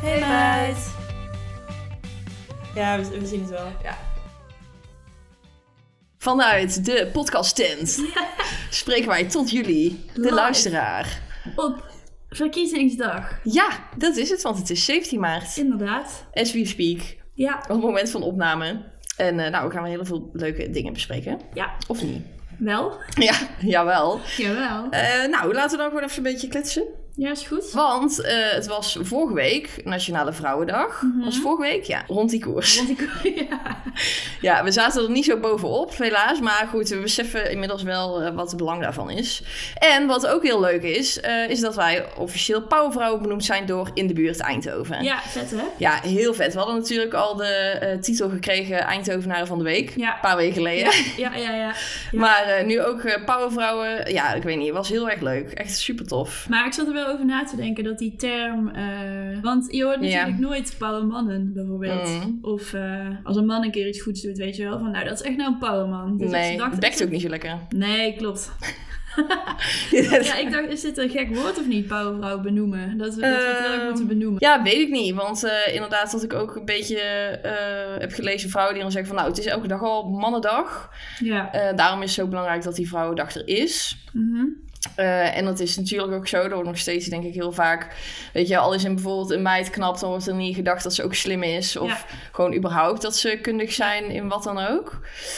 Hey meid. Ja, we zien het wel. Ja. Vanuit de podcasttent spreken wij tot jullie, de Live. luisteraar. Op verkiezingsdag. Ja, dat is het, want het is 17 maart. Inderdaad. As we speak. Ja. Op het moment van opname. En we gaan heel veel leuke dingen bespreken. Ja. Of niet? Wel? Ja, jawel. Jawel. Laten we dan gewoon even een beetje kletsen. Ja, is goed. Want het was vorige week Nationale Vrouwendag. Was het vorige week? Ja, rond die koers. Ja. Ja, we zaten er niet zo bovenop, helaas. Maar goed, we beseffen inmiddels wel wat het belang daarvan is. En wat ook heel leuk is dat wij officieel Powervrouwen benoemd zijn door In de Buurt Eindhoven. Ja, vet hè? Ja, heel vet. We hadden natuurlijk al de titel gekregen Eindhovenaren van de Week. Ja. Een paar weken geleden. Ja. Maar nu ook Powervrouwen. Ja, ik weet niet. Het was heel erg leuk. Echt super tof. Maar ik zat er wel over na te denken dat die term... want je hoort natuurlijk nooit powermannen bijvoorbeeld. Of als een man een keer iets goeds doet, weet je wel. Van nou, dat is echt nou een powerman. Dus Nee, het bekt ook niet zo lekker. Nee, klopt. Ja, ik dacht, is dit een gek woord of niet, powervrouw benoemen? Dat we het heel erg moeten benoemen. Ja, weet ik niet. Want inderdaad dat ik ook een beetje heb gelezen vrouwen die dan zeggen van... nou, het is elke dag al mannendag. Ja. Daarom is het zo belangrijk dat die vrouwendag er is. En dat is natuurlijk ook zo. Er wordt nog steeds, denk ik, heel vaak... weet je, al is een bijvoorbeeld een meid knap... dan wordt er niet gedacht dat ze ook slim is. Of gewoon überhaupt dat ze kundig zijn in wat dan ook.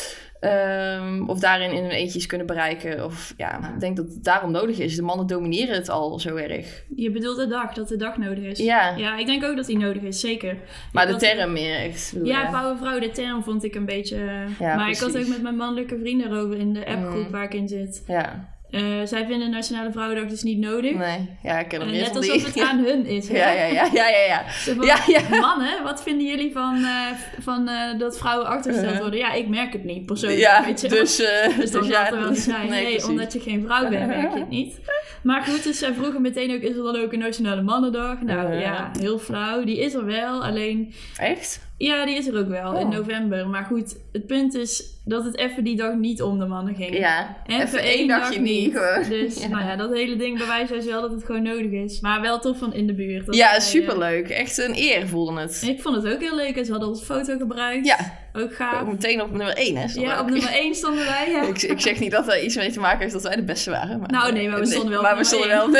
Of daarin in hun eentjes kunnen bereiken. Of ja, ik denk dat het daarom nodig is. De mannen domineren het al zo erg. Je bedoelt dat de dag nodig is. Ja. Ja, ik denk ook dat die nodig is, zeker. Maar de term meer echt. Ja, powervrouw, de term vond ik een beetje... Ja, maar precies. ik had ook met mijn mannelijke vrienden erover in de appgroep waar ik in zit. Ja. Zij vinden Nationale Vrouwendag dus niet nodig. Nee, ja, ik ken hem Net alsof het aan hun is. Hè? Ja. Zo van, mannen, wat vinden jullie van dat vrouwen achtergesteld worden? Ja, ik merk het niet persoonlijk. Ja, weet je wel. Dus dan ja, zal er wel zijn. Nee, omdat je geen vrouw bent, merk je het niet. Maar goed, dus zij vroegen meteen ook, is er dan ook een Nationale Mannendag? Nou ja, heel flauw. Die is er wel, alleen... Echt? Ja, die is er ook wel, in november. Maar goed, het punt is dat het even die dag niet om de mannen ging. Ja, even één dagje niet. Dus nou ja, dat hele ding bewijst dus wel dat het gewoon nodig is. Maar wel tof van In de Buurt. Dat ja, superleuk. Echt een eer voelde het. Ik vond het ook heel leuk en ze hadden onze foto gebruikt. Ja. Ook gaaf. Ook meteen op nummer 1, hè? Ja, op nummer 1 stonden wij, ja. Ik zeg niet dat er iets mee te maken heeft dat wij de beste waren. Maar, nou nee, maar we stonden wel maar we stonden wel.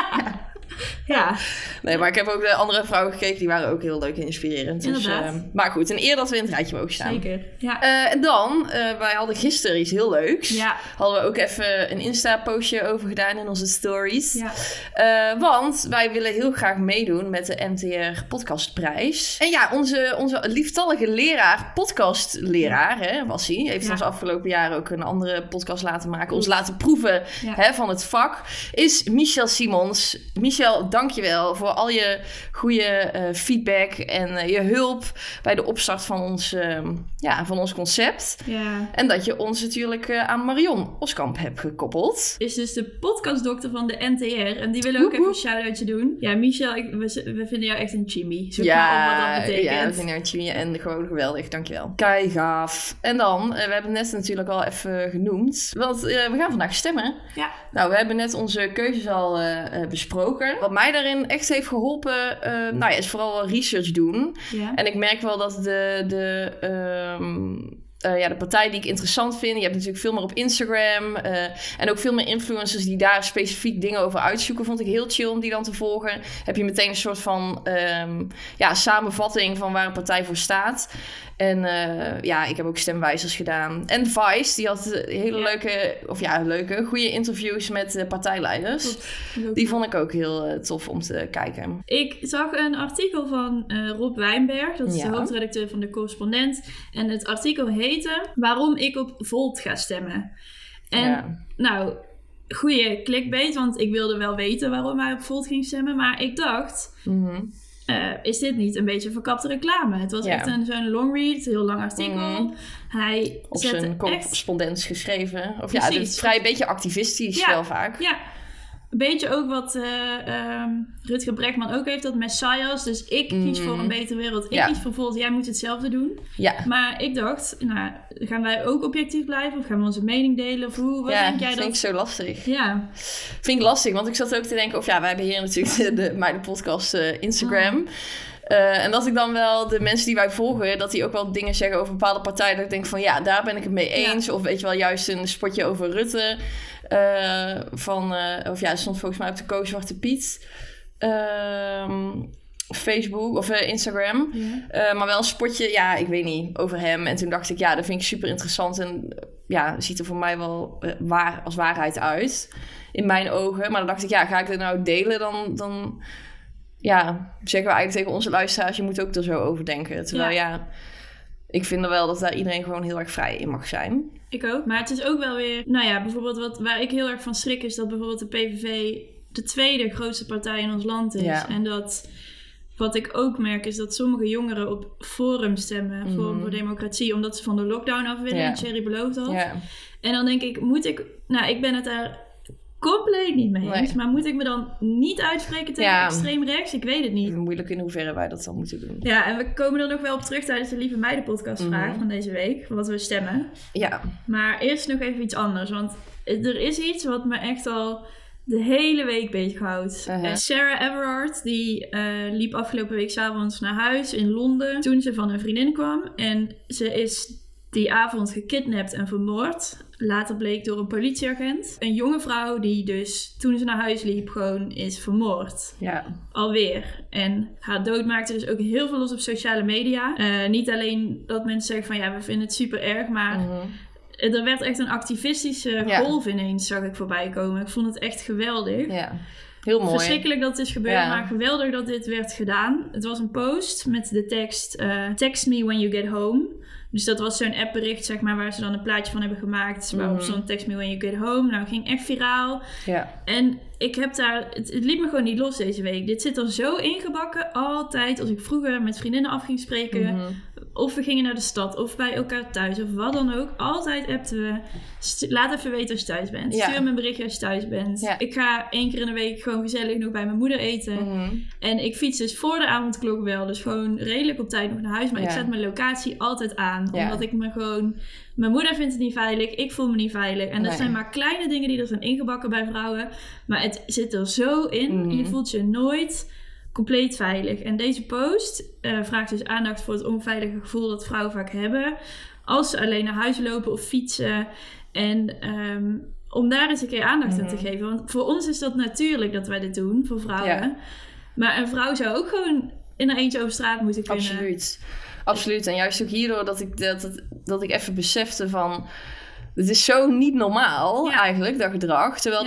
Ja. Nee, maar ik heb ook de andere vrouwen gekeken. Die waren ook heel leuk en inspirerend. Inderdaad. Dus, maar goed, een eer dat we in het rijtje mogen staan. Zeker, ja. En dan, wij hadden gisteren iets heel leuks. Ja. Hadden we ook even een Insta-postje over gedaan in onze stories. Ja. Want wij willen heel graag meedoen met de NTR Podcastprijs. En ja, onze lieftallige leraar, podcastleraar, hè, was hij. Heeft ons afgelopen jaar ook een andere podcast laten maken. Ons laten proeven van het vak. Is Michel Simons. Michel, dankjewel voor al je goede feedback en je hulp bij de opstart van ons concept. Ja. En dat je ons natuurlijk aan Marion Oskamp hebt gekoppeld. Is dus de podcastdokter van de NTR. En die willen ook even een shout-outje doen. Ja, Michel, we vinden jou echt een chimie. Zoek maar op wat dat betekent. Ja, we vinden jou een chimie en gewoon geweldig. Dankjewel. Kei gaaf. En dan, we hebben het net natuurlijk al even genoemd. Want we gaan vandaag stemmen. Ja. Nou, we hebben net onze keuzes al besproken. Wat mij daarin echt heeft geholpen, is vooral research doen. Ja. En ik merk wel dat de partij die ik interessant vind. Je hebt natuurlijk veel meer op Instagram. En ook veel meer influencers die daar specifiek dingen over uitzoeken. Vond ik heel chill om die dan te volgen. Heb je meteen een soort van samenvatting van waar een partij voor staat. En ik heb ook stemwijzers gedaan. En Vice, die had hele goede interviews met partijleiders. Die vond ik ook heel tof om te kijken. Ik zag een artikel van Rob Wijnberg. Dat is de hoofdredacteur van De Correspondent. En het artikel heette Waarom ik op Volt ga stemmen. En goede clickbait, want ik wilde wel weten waarom hij op Volt ging stemmen. Maar ik dacht... is dit niet een beetje verkapte reclame? Het was echt zo'n long read, heel lang artikel. Hij op zijn correspondent geschreven. Of dus vrij een beetje activistisch wel vaak. Ja, een beetje ook wat Rutger Bregman ook heeft, dat messiahs. Dus ik kies voor een betere wereld. Ik kies voor Volt, jij moet hetzelfde doen. Ja. Maar ik dacht, gaan wij ook objectief blijven? Of gaan we onze mening delen? Of hoe? Wat denk jij dat? Vind ik zo lastig. Ja. Vind ik lastig, want ik zat ook te denken, wij hebben hier natuurlijk de podcast Instagram. En dat ik dan wel de mensen die wij volgen, dat die ook wel dingen zeggen over bepaalde partijen, dat ik denk van daar ben ik het mee eens. Ja. Of weet je wel, juist een spotje over Rutte. Stond volgens mij op de Zwarte Piet Facebook of Instagram. Ja. Maar wel een spotje, ik weet niet, over hem. En toen dacht ik, dat vind ik super interessant. En ziet er voor mij wel als waarheid uit. In mijn ogen. Maar dan dacht ik, ga ik dit nou delen? Dan zeggen we eigenlijk tegen onze luisteraars, je moet ook er zo over denken. Terwijl ik vind er wel dat daar iedereen gewoon heel erg vrij in mag zijn. Ik ook, maar het is ook wel weer... bijvoorbeeld waar ik heel erg van schrik is dat bijvoorbeeld de PVV de tweede grootste partij in ons land is. Ja. En dat... Wat ik ook merk is dat sommige jongeren op Forum stemmen, Forum voor Democratie, omdat ze van de lockdown af willen en Thierry beloofd had. Ja. En dan denk ik, ik ben het daar compleet niet mee eens, maar moet ik me dan niet uitspreken tegen extreem rechts? Ik weet het niet. Moeilijk in hoeverre wij dat dan moeten doen. Ja, en we komen er nog wel op terug tijdens de Lieve Meiden podcastvraag van deze week, wat we stemmen. Ja. Maar eerst nog even iets anders, want er is iets wat me echt al de hele week bezighoudt. Sarah Everard, die liep afgelopen week 's avonds naar huis in Londen toen ze van een vriendin kwam. En ze is die avond gekidnapt en vermoord. Later bleek door een politieagent. Een jonge vrouw die dus toen ze naar huis liep gewoon is vermoord. Ja. Alweer. En haar dood maakte dus ook heel veel los op sociale media. Niet alleen dat mensen zeggen van we vinden het super erg, maar... Er werd echt een activistische golf ineens, zag ik voorbij komen. Ik vond het echt geweldig. Ja, heel mooi. Verschrikkelijk dat het is gebeurd, maar geweldig dat dit werd gedaan. Het was een post met de tekst Text me when you get home. Dus dat was zo'n appbericht, zeg maar, waar ze dan een plaatje van hebben gemaakt. Waarop stond Text me when you get home. Nou, ging echt viraal. Ja. En ik heb daar... Het liet me gewoon niet los deze week. Dit zit er zo ingebakken. Altijd, als ik vroeger met vriendinnen af ging spreken... Of we gingen naar de stad, of bij elkaar thuis, of wat dan ook. Altijd appten we. Laat even weten als je thuis bent. Ja. Stuur me een berichtje als je thuis bent. Ja. Ik ga 1 keer in de week gewoon gezellig nog bij mijn moeder eten. En ik fiets dus voor de avondklok wel. Dus gewoon redelijk op tijd nog naar huis. Maar ik zet mijn locatie altijd aan. Omdat ik me gewoon... Mijn moeder vindt het niet veilig. Ik voel me niet veilig. En dat zijn maar kleine dingen die er zijn ingebakken bij vrouwen. Maar het zit er zo in. Je voelt je nooit... compleet veilig. En deze post vraagt dus aandacht voor het onveilige gevoel dat vrouwen vaak hebben als ze alleen naar huis lopen of fietsen. En om daar eens een keer aandacht aan te geven. Want voor ons is dat natuurlijk dat wij dit doen, voor vrouwen. Ja. Maar een vrouw zou ook gewoon in haar eentje over straat moeten kunnen. Absoluut. En juist ook hierdoor dat ik even besefte van... Het is zo niet normaal eigenlijk, dat gedrag. Terwijl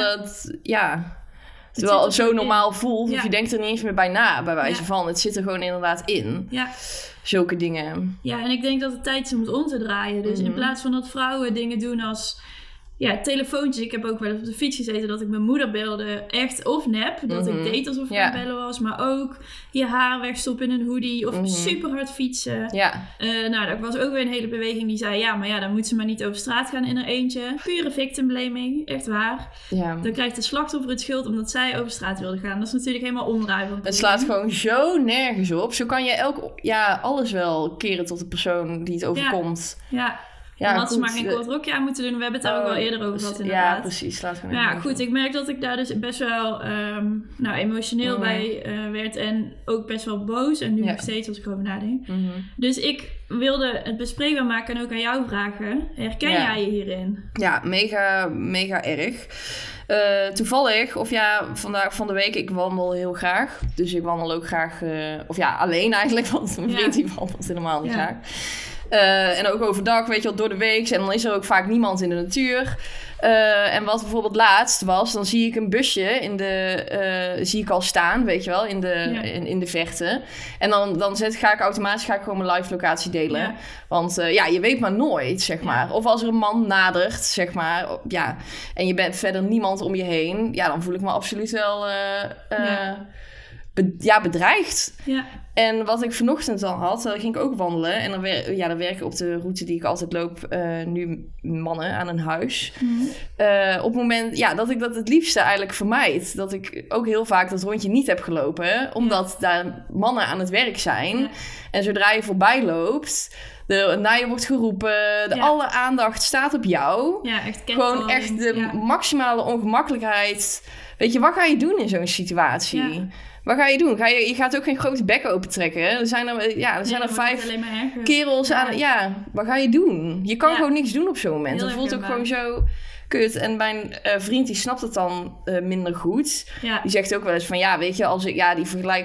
Terwijl het zo normaal voelt, of je denkt er niet eens meer bij na, bij wijze van. Het zit er gewoon inderdaad in. Ja. Zulke dingen. Ja, en ik denk dat het tijd is om het om te draaien. Dus in plaats van dat vrouwen dingen doen als... telefoontjes. Ik heb ook wel eens op de fiets gezeten dat ik mijn moeder belde. Echt of nep. Dat ik deed alsof ik aan het bellen was. Maar ook je haar wegstoppen in een hoodie. Of super hard fietsen. Ja. Dat was ook weer een hele beweging die zei... dan moet ze maar niet over straat gaan in haar eentje. Pure victim blaming. Echt waar. Ja. Dan krijgt de slachtoffer het schuld omdat zij over straat wilde gaan. Dat is natuurlijk helemaal omdraaien. Het slaat gewoon zo nergens op. Zo kan je alles wel keren tot de persoon die het overkomt. Ja. Ja, had ze maar geen kort rokje aan moeten doen. We hebben het daar ook al eerder over gehad inderdaad. Ja, precies. Ik merk dat ik daar dus best wel emotioneel bij werd. En ook best wel boos. En nu nog steeds als ik erover nadenk. Dus ik wilde het bespreekbaar maken en ook aan jou vragen. Herken jij je hierin? Ja, mega, mega erg. Toevallig, vandaag van de week, ik wandel heel graag. Dus ik wandel ook graag, alleen eigenlijk. Want mijn vriend die wandelt helemaal niet graag. En ook overdag, weet je wel, door de week. En dan is er ook vaak niemand in de natuur. En wat bijvoorbeeld laatst was, dan zie ik een busje zie ik al staan, weet je wel, in de verte. En dan ga ik automatisch gewoon mijn live locatie delen. Ja. Want je weet maar nooit, zeg maar. Of als er een man nadert, zeg maar, en je bent verder niemand om je heen, dan voel ik me absoluut wel bedreigt. Ja. En wat ik vanochtend dan had, ging ik ook wandelen. En dan werken op de route die ik altijd loop nu mannen aan een huis. Mm-hmm. Op het moment dat ik dat het liefste eigenlijk vermijd. Dat ik ook heel vaak dat rondje niet heb gelopen. Omdat daar mannen aan het werk zijn. Ja. En zodra je voorbij loopt, naar je wordt geroepen. Alle aandacht staat op jou. Ja, echt gewoon echt de maximale ongemakkelijkheid. Weet je, wat ga je doen in zo'n situatie? Ja. Wat ga je doen? Je gaat ook geen grote bek opentrekken. Er zijn er 5 kerels aan. Ja, wat ga je doen? Je kan gewoon niks doen op zo'n moment. Dat voelt ook gewoon zo kut. En mijn vriend die snapt het dan minder goed. Ja. Die zegt ook wel eens van weet je, als ik die vergelijk.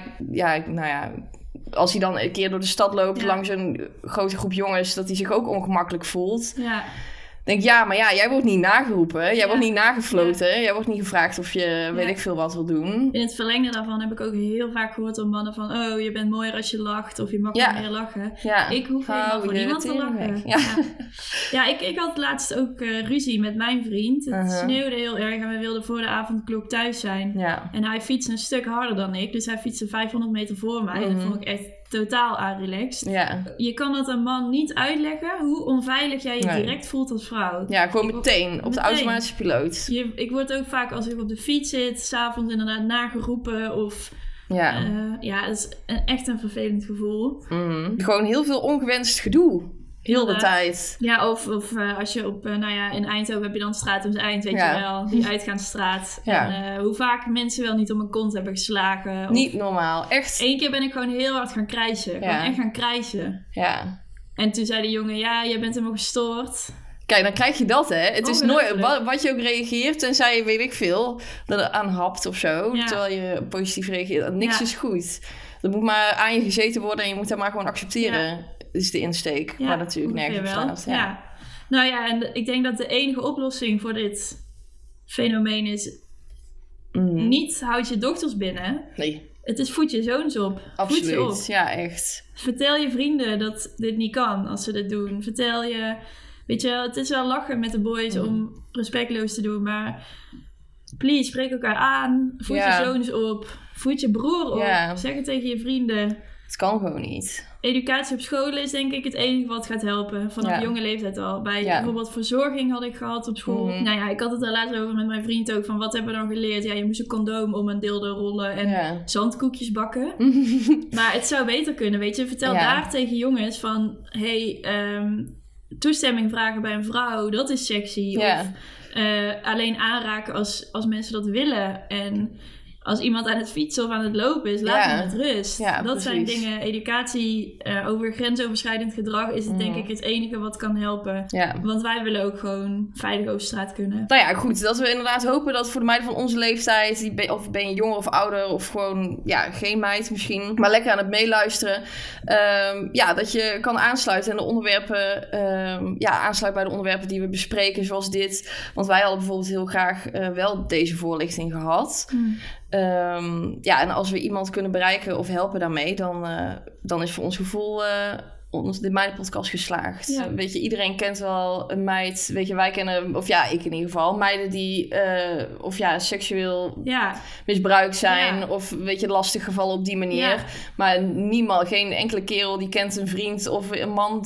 Als hij dan een keer door de stad loopt langs een grote groep jongens, dat hij zich ook ongemakkelijk voelt. Ja. Denk maar jij wordt niet nageroepen. Jij wordt niet nagefloten. Ja. Jij wordt niet gevraagd of je weet ik veel wat wil doen. In het verlengde daarvan heb ik ook heel vaak gehoord van mannen van... Oh, je bent mooier als je lacht. Of je mag niet meer lachen. Ja. Ik hoef helemaal voor niemand te lachen. Ja, ik had laatst ook ruzie met mijn vriend. Het sneeuwde heel erg en we wilden voor de avondklok thuis zijn. Ja. En hij fietste een stuk harder dan ik. Dus hij fietste 500 meter voor mij. En dat vond ik echt totaal aanrelaxed. Ja. Je kan dat een man niet uitleggen hoe onveilig jij je direct voelt als vrouw. Ja, gewoon meteen op de automatische piloot. Ik word ook vaak als ik op de fiets zit, 's avonds inderdaad nageroepen of... het is echt een vervelend gevoel. Gewoon heel veel ongewenst gedoe. Heel de tijd. Ja, of als je op, in Eindhoven heb je dan Straat om het Eind, weet je wel. Die uitgaansstraat. Ja. En hoe vaak mensen wel niet om mijn kont hebben geslagen. Niet normaal, echt. 1 keer ben ik gewoon heel hard gaan krijsen. Gewoon echt gaan krijsen. Ja. En toen zei de jongen, jij bent helemaal gestoord. Kijk, dan krijg je dat, hè. Het is nooit wat je ook reageert, tenzij je, weet ik veel, er aan hapt of zo. Ja. Terwijl je positief reageert. Niks is goed. Dat moet maar aan je gezeten worden en je moet dat maar gewoon accepteren. Ja. Is de insteek, maar natuurlijk nergens op staat. Ja. Nou ja, en ik denk dat de enige oplossing voor dit fenomeen is... Niet houd je dochters binnen. Nee. Het is voed je zoons op. Absoluut, voed ze op. Ja, echt. Vertel je vrienden dat dit niet kan als ze dit doen. Vertel je... Weet je, het is wel lachen met de boys om respectloos te doen, maar... Please, spreek elkaar aan. Voed je zoons op. Voed je broer op. Ja. Zeg het tegen je vrienden. Het kan gewoon niet. Educatie op scholen is denk ik het enige wat gaat helpen. Vanaf jonge leeftijd al. Bij bijvoorbeeld verzorging had ik gehad op school. Nou ja, ik had het er laatst over met mijn vriend ook. Van wat hebben we dan geleerd? Ja, je moest een condoom om een dildo rollen en zandkoekjes bakken. Maar het zou beter kunnen, weet je. Vertel daar tegen jongens van... toestemming vragen bij een vrouw, dat is sexy. Of alleen aanraken als mensen dat willen. En... Als iemand aan het fietsen of aan het lopen is, laat hem met rust. Ja, dat zijn dingen, educatie over grensoverschrijdend gedrag is het denk ik het enige wat kan helpen. Ja. Want wij willen ook gewoon veilig over straat kunnen. Nou ja, goed. Dat we inderdaad hopen dat voor de meiden van onze leeftijd, of ben je jonger of ouder, of gewoon geen meid misschien, maar lekker aan het meeluisteren. Dat je kan aansluiten en de onderwerpen, aansluit bij de onderwerpen die we bespreken, zoals dit. Want wij hadden bijvoorbeeld heel graag wel deze voorlichting gehad. En als we iemand kunnen bereiken of helpen daarmee, dan is voor ons gevoel de meidenpodcast geslaagd. Ja. Weet je, iedereen kent wel een meid. Weet je, wij kennen, of ik in ieder geval, meiden die seksueel misbruikt zijn. Ja. Of weet je, lastig gevallen op die manier. Ja. Maar geen enkele kerel die kent een vriend of een man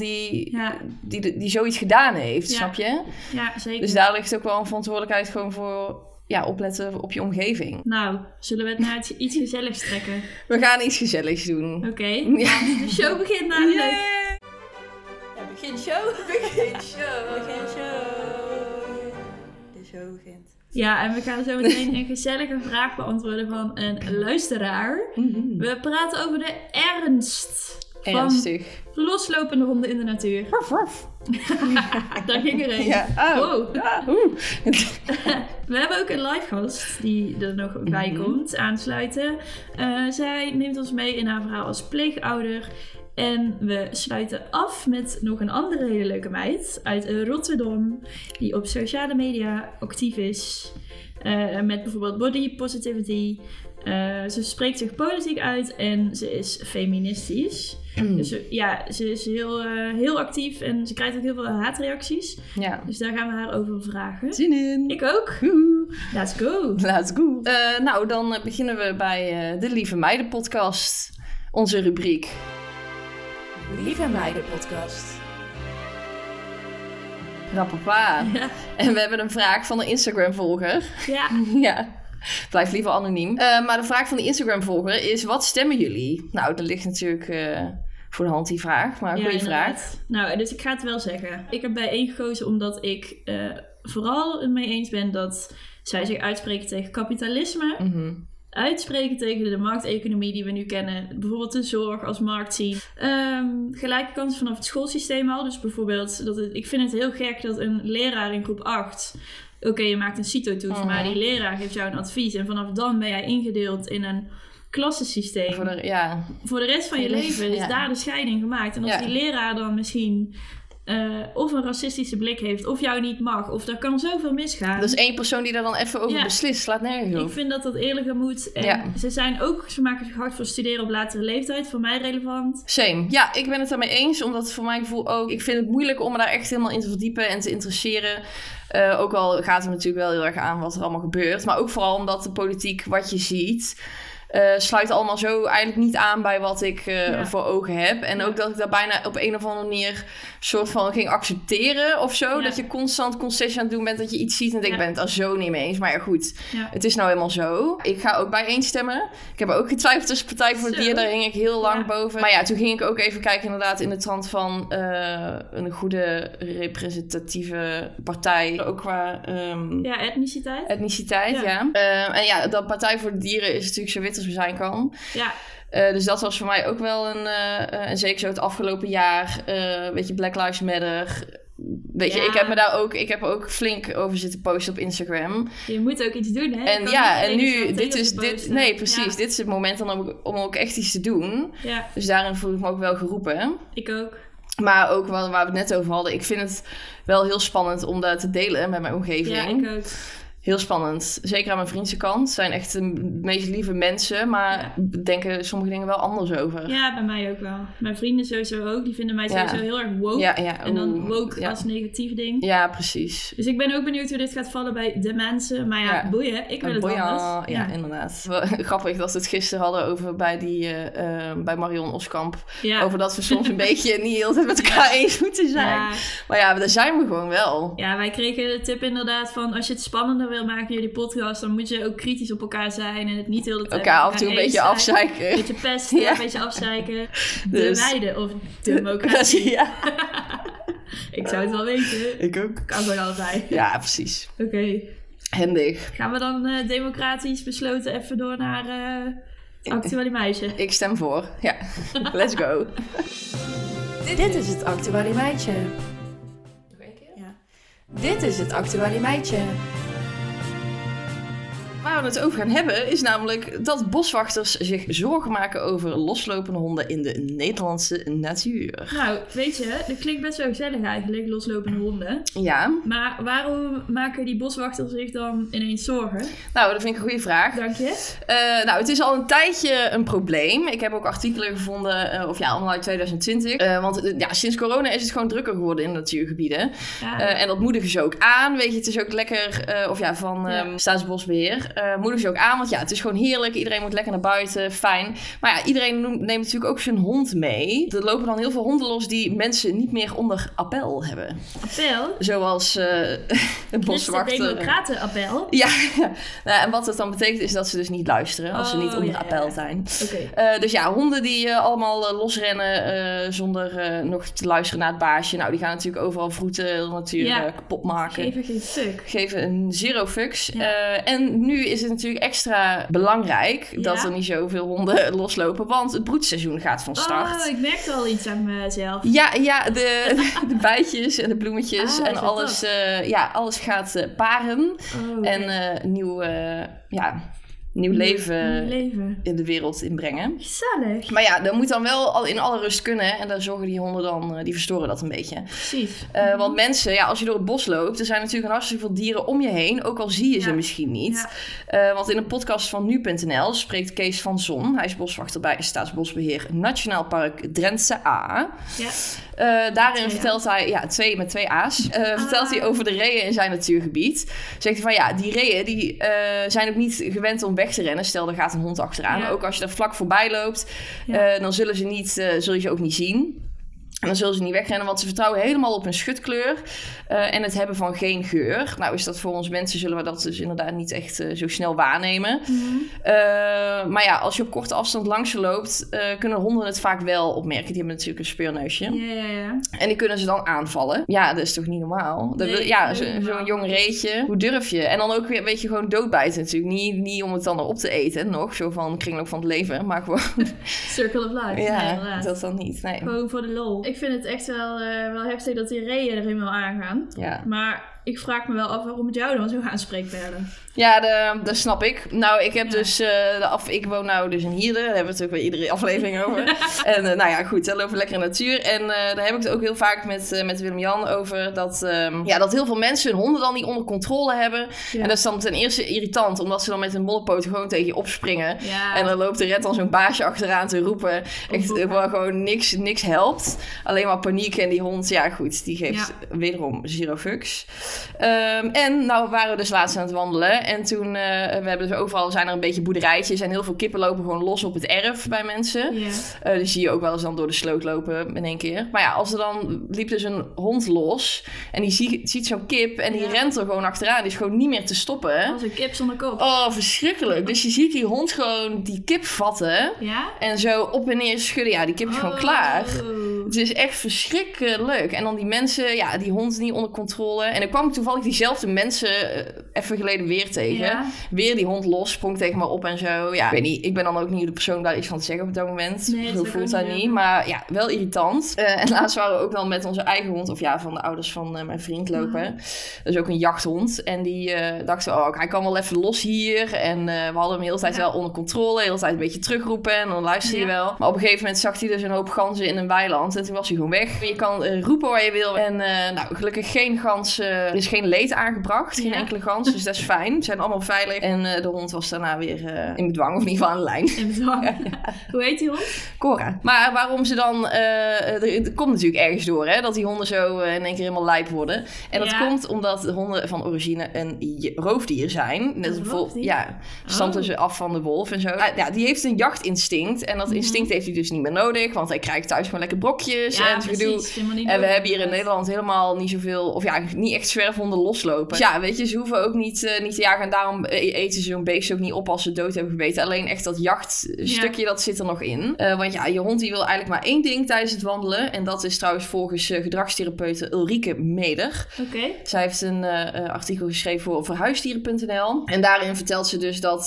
die zoiets gedaan heeft, snap je? Ja, zeker. Dus daar ligt ook wel een verantwoordelijkheid gewoon voor... opletten op je omgeving. Nou, zullen we het naar iets gezelligs trekken? We gaan iets gezelligs doen. Oké. Ja. De show begint namelijk. Yeah. Ja, begin show. Begin show. Begin show. De show begint. Ja, en we gaan zo meteen een gezellige vraag beantwoorden van een luisteraar. Mm-hmm. We praten over de ernst. Ernstig. Van loslopende honden in de natuur. Ruff, ruff. Daar ging er een. Ja. Oh. Wow. We hebben ook een live gast die er nog bij komt aansluiten. Zij neemt ons mee in haar verhaal als pleegouder. En we sluiten af met nog een andere hele leuke meid uit Rotterdam. Die op sociale media actief is. Met bijvoorbeeld body positivity. Ze spreekt zich politiek uit en ze is feministisch. Dus ze is heel actief en ze krijgt ook heel veel haatreacties. Ja. Dus daar gaan we haar over vragen. Zin in. Ik ook. Let's go. Let's go. Nou, dan beginnen we bij de Lieve Meiden podcast. Onze rubriek. Lieve Meiden podcast. Rappapa. Ja. En we hebben een vraag van een Instagram-volger. Ja. Blijf liever anoniem. Maar de vraag van de Instagram-volger is: wat stemmen jullie? Nou, dat ligt natuurlijk voor de hand die vraag, maar een goede vraag. Nou, dus ik ga het wel zeggen. Ik heb bijeen gekozen omdat ik vooral het mee eens ben dat zij zich uitspreken tegen kapitalisme. Mm-hmm. Uitspreken tegen de markteconomie die we nu kennen. Bijvoorbeeld de zorg als markt zien. Gelijke kansen vanaf het schoolsysteem al. Dus bijvoorbeeld, ik vind het heel gek dat een leraar in groep 8... Oké, je maakt een CITO-toets, maar die leraar geeft jou een advies. En vanaf dan ben jij ingedeeld in een klassensysteem. Voor de rest van je leven is daar de scheiding gemaakt. En als die leraar dan misschien of een racistische blik heeft, of jou niet mag, of er kan zoveel misgaan. Dat is één persoon die daar dan even over beslist. Slaat nergens op. Ik vind dat dat eerlijker moet. En ze maken zich hard voor studeren op latere leeftijd. Voor mij relevant. Same. Ja, ik ben het daarmee eens. Omdat voor mijn gevoel ook... Ik vind het moeilijk om me daar echt helemaal in te verdiepen en te interesseren. Ook al gaat het natuurlijk wel heel erg aan wat er allemaal gebeurt. Maar ook vooral omdat de politiek, wat je ziet, sluit allemaal zo eigenlijk niet aan bij wat ik voor ogen heb. En ook dat ik daar bijna op een of andere manier soort van ging accepteren of zo. Ja. Dat je constant concessie aan het doen bent, dat je iets ziet en denkt, ik ben het er zo niet mee eens. Maar ja, goed. Ja. Het is nou helemaal zo. Ik ga ook bijeen stemmen. Ik heb ook getwijfeld tussen Partij voor het Dier. Daar hing ik heel lang boven. Maar ja, toen ging ik ook even kijken inderdaad in de trant van een goede representatieve partij. Ook qua... etniciteit. Etniciteit, ja. En ja, dat Partij voor de Dieren is natuurlijk zo wit als we zijn kan. Ja. Dus dat was voor mij ook wel en zeker zo het afgelopen jaar, weet je, Black Lives Matter. Weet je, ik heb ook flink over zitten posten op Instagram. Je moet ook iets doen, hè? En nu, dit is het moment dan om ook echt iets te doen. Ja. Dus daarin voel ik me ook wel geroepen. Ik ook. Maar ook waar we het net over hadden, ik vind het wel heel spannend om dat te delen met mijn omgeving. Ja, ik ook. Heel spannend. Zeker aan mijn vriendsenkant. Het zijn echt de meest lieve mensen, maar denken sommige dingen wel anders over. Ja, bij mij ook wel. Mijn vrienden sowieso ook. Die vinden mij sowieso heel erg woke. En dan woke als negatief ding. Ja, precies. Dus ik ben ook benieuwd hoe dit gaat vallen bij de mensen. Maar boeien. Ik wil het anders. Ja, inderdaad. Grappig dat we het gisteren hadden over bij Marion Oskamp. Ja. Over dat we soms een beetje niet heel tijd met elkaar eens moeten zijn. Ja. Maar ja, daar zijn we gewoon wel. Ja, wij kregen de tip inderdaad van als je het spannender wil maken jullie podcast, dan moet je ook kritisch op elkaar zijn en het niet heel de tijd elkaar af en toe een beetje afzeiken. Een beetje pesten, een beetje afzeiken. De meiden of democratie. Ja. Ik zou het wel weten. Ik ook. Kan gewoon allebei. Ja, precies. Oké. Handig. Gaan we dan democratisch besloten even door naar Actuali Meisje? Ik stem voor. Ja. Let's go. Dit is het Actuali Meisje. Nog één keer? Ja. Dit is het Actuali Meisje. Waar we het over gaan hebben is namelijk dat boswachters zich zorgen maken over loslopende honden in de Nederlandse natuur. Nou, weet je, dat klinkt best wel gezellig eigenlijk, loslopende honden. Ja. Maar waarom maken die boswachters zich dan ineens zorgen? Nou, dat vind ik een goede vraag. Dank je. Nou, het is al een tijdje een probleem. Ik heb ook artikelen gevonden, allemaal uit 2020. Want sinds corona is het gewoon drukker geworden in natuurgebieden. Ja. En dat moedigen ze ook aan. Weet je, het is ook lekker, Staatsbosbeheer. Moedigen ze ook aan, want het is gewoon heerlijk. Iedereen moet lekker naar buiten, fijn. Maar ja, iedereen neemt natuurlijk ook zijn hond mee. Er lopen dan heel veel honden los die mensen niet meer onder appel hebben. Appel? Zoals een boswachter. De democraten-appel? Ja. En wat het dan betekent is dat ze dus niet luisteren als ze niet onder appel zijn. Okay. Dus honden die allemaal losrennen zonder nog te luisteren naar het baasje. Nou, die gaan natuurlijk overal vroeten, de natuur kapot maken. Geven geen fuck. Geven een zero fucks. Ja. En nu is het natuurlijk extra belangrijk dat er niet zoveel honden loslopen, want het broedseizoen gaat van start. Oh, ik merkte al iets aan mezelf. Ja, de bijtjes en de bloemetjes en alles, alles gaat paren. Oh, okay. En nieuw leven in de wereld inbrengen. Gezellig. Maar ja, dat moet dan wel al in alle rust kunnen. En daar zorgen die honden dan, die verstoren dat een beetje. Precies. Want mensen, ja, als je door het bos loopt, er zijn natuurlijk een hartstikke veel dieren om je heen. Ook al zie je ze misschien niet. Ja. Want in een podcast van nu.nl spreekt Kees van Zon. Hij is boswachter bij Staatsbosbeheer Nationaal Park Drentse A. Ja. Daarin vertelt hij, 2 met 2 A's, vertelt hij over de reeën in zijn natuurgebied. Zegt hij van ja, die reeën die zijn ook niet gewend om weg te rennen. Stel, er gaat een hond achteraan. Ja. Ook als je er vlak voorbij loopt, dan zul je ze ook niet zien. En dan zullen ze niet wegrennen, want ze vertrouwen helemaal op hun schutkleur en het hebben van geen geur. Nou is dat voor ons mensen, zullen we dat dus inderdaad niet echt zo snel waarnemen. Mm-hmm. Maar ja, als je op korte afstand langs ze loopt, kunnen honden het vaak wel opmerken. Die hebben natuurlijk een speurneusje. Ja. En die kunnen ze dan aanvallen. Ja, dat is toch niet normaal? Zo'n jong reetje. Hoe durf je? En dan ook weer, weet je, gewoon doodbijten natuurlijk. Niet om het dan erop te eten, nog. Zo van kringloop van het leven, maar gewoon... Circle of life. Ja, dat dan niet. Nee. Gewoon voor de lol. Ik vind het echt wel heftig dat die reeën er helemaal aangaan. Ja. Maar ik vraag me wel af waarom het jou dan zo aanspreekt werden. Ja, dat snap ik. Nou, ik heb dus... ik woon nou dus in Hierde. Daar hebben we het ook bij iedere aflevering over. En goed, daar lopen we lekker in de natuur. En daar heb ik het ook heel vaak met Willem-Jan over. Dat heel veel mensen hun honden dan niet onder controle hebben. Ja. En dat is dan ten eerste irritant. Omdat ze dan met hun mollenpoten gewoon tegen je opspringen. Ja. En dan loopt de red dan zo'n baasje achteraan te roepen. Echt waar gewoon niks helpt. Alleen maar paniek. En die hond, ja goed, die geeft wederom 0 fucks. En nou waren we dus laatst aan het wandelen. En toen, we hebben dus overal zijn er een beetje boerderijtjes. En heel veel kippen lopen gewoon los op het erf bij mensen. Yeah. Dus zie je ook wel eens dan door de sloot lopen in één keer. Maar ja, als er dan liep dus een hond los. En die ziet zo'n kip en die rent er gewoon achteraan. Die is gewoon niet meer te stoppen. Als een kip zonder kop. Oh, verschrikkelijk. Dus je ziet die hond gewoon die kip vatten. Ja? En zo op en neer schudden. Ja, die kip is gewoon klaar. Het is echt verschrikkelijk. En dan die mensen, die hond niet onder controle. En dan kwam ik toevallig diezelfde mensen even geleden weer tegen. Ja. Weer die hond los, sprong tegen me op en zo. Ja, ik weet niet, ik ben dan ook niet de persoon daar iets van te zeggen op dat moment. Nee, zo voelt dat niet. Maar ja, wel irritant. En laatst waren we ook dan met onze eigen hond, of van de ouders van mijn vriend lopen. Dat is ook een jachthond. En die dachten, hij kan wel even los hier. En we hadden hem de hele tijd wel onder controle. De hele tijd een beetje terugroepen en dan luisterde hij wel. Maar op een gegeven moment zag hij dus een hoop ganzen in een weiland. En toen was hij gewoon weg. Je kan roepen waar je wil. En gelukkig geen gans. Er is geen leed aangebracht. Geen enkele gans. Dus dat is fijn. Ze zijn allemaal veilig. En de hond was daarna weer in bedwang. Of in ieder geval aan de lijn. In bedwang. Ja. Hoe heet die hond? Cora. Maar waarom ze dan... er komt natuurlijk ergens door, hè. Dat die honden zo in één keer helemaal lijp worden. En dat komt omdat de honden van origine een roofdier zijn. Net als bijvoorbeeld... stammen ze af van de wolf en zo. Die heeft een jachtinstinct. En dat instinct heeft hij dus niet meer nodig. Want hij krijgt thuis gewoon lekker brokjes en gedoe. En we hebben hier in Nederland helemaal niet zoveel... Of niet echt zwerfhonden loslopen. Dus weet je, ze hoeven ook niet te jagen. En daarom eten ze zo'n beest ook niet op als ze dood hebben gebeten. Alleen echt dat jachtstukje, dat zit er nog in. Want je hond die wil eigenlijk maar 1 ding tijdens het wandelen. En dat is trouwens volgens gedragstherapeute Ulrike Meder. Okay. Zij heeft een artikel geschreven voor huisdieren.nl. En daarin vertelt ze dus dat...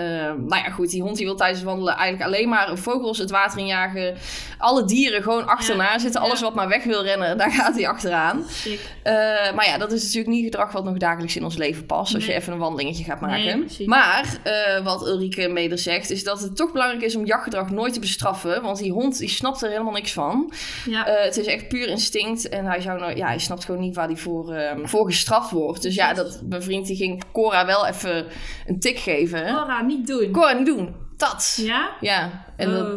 die hond die wil tijdens het wandelen eigenlijk alleen maar vogels het water injagen. Alle dieren gewoon achterna zitten. Alles wat maar weg wil rennen, daar gaat hij achteraan. Maar dat is natuurlijk niet gedrag wat nog dagelijks in ons leven past. Als je even een wandelingetje gaat maken. Nee, maar wat Ulrike Meder zegt, is dat het toch belangrijk is om jachtgedrag nooit te bestraffen. Want die hond, die snapt er helemaal niks van. Ja. Het is echt puur instinct. En hij snapt gewoon niet waar hij voor gestraft wordt. Dus mijn vriend die ging Cora wel even een tik geven. Cora niet doen. Dat. Ja? Ja. En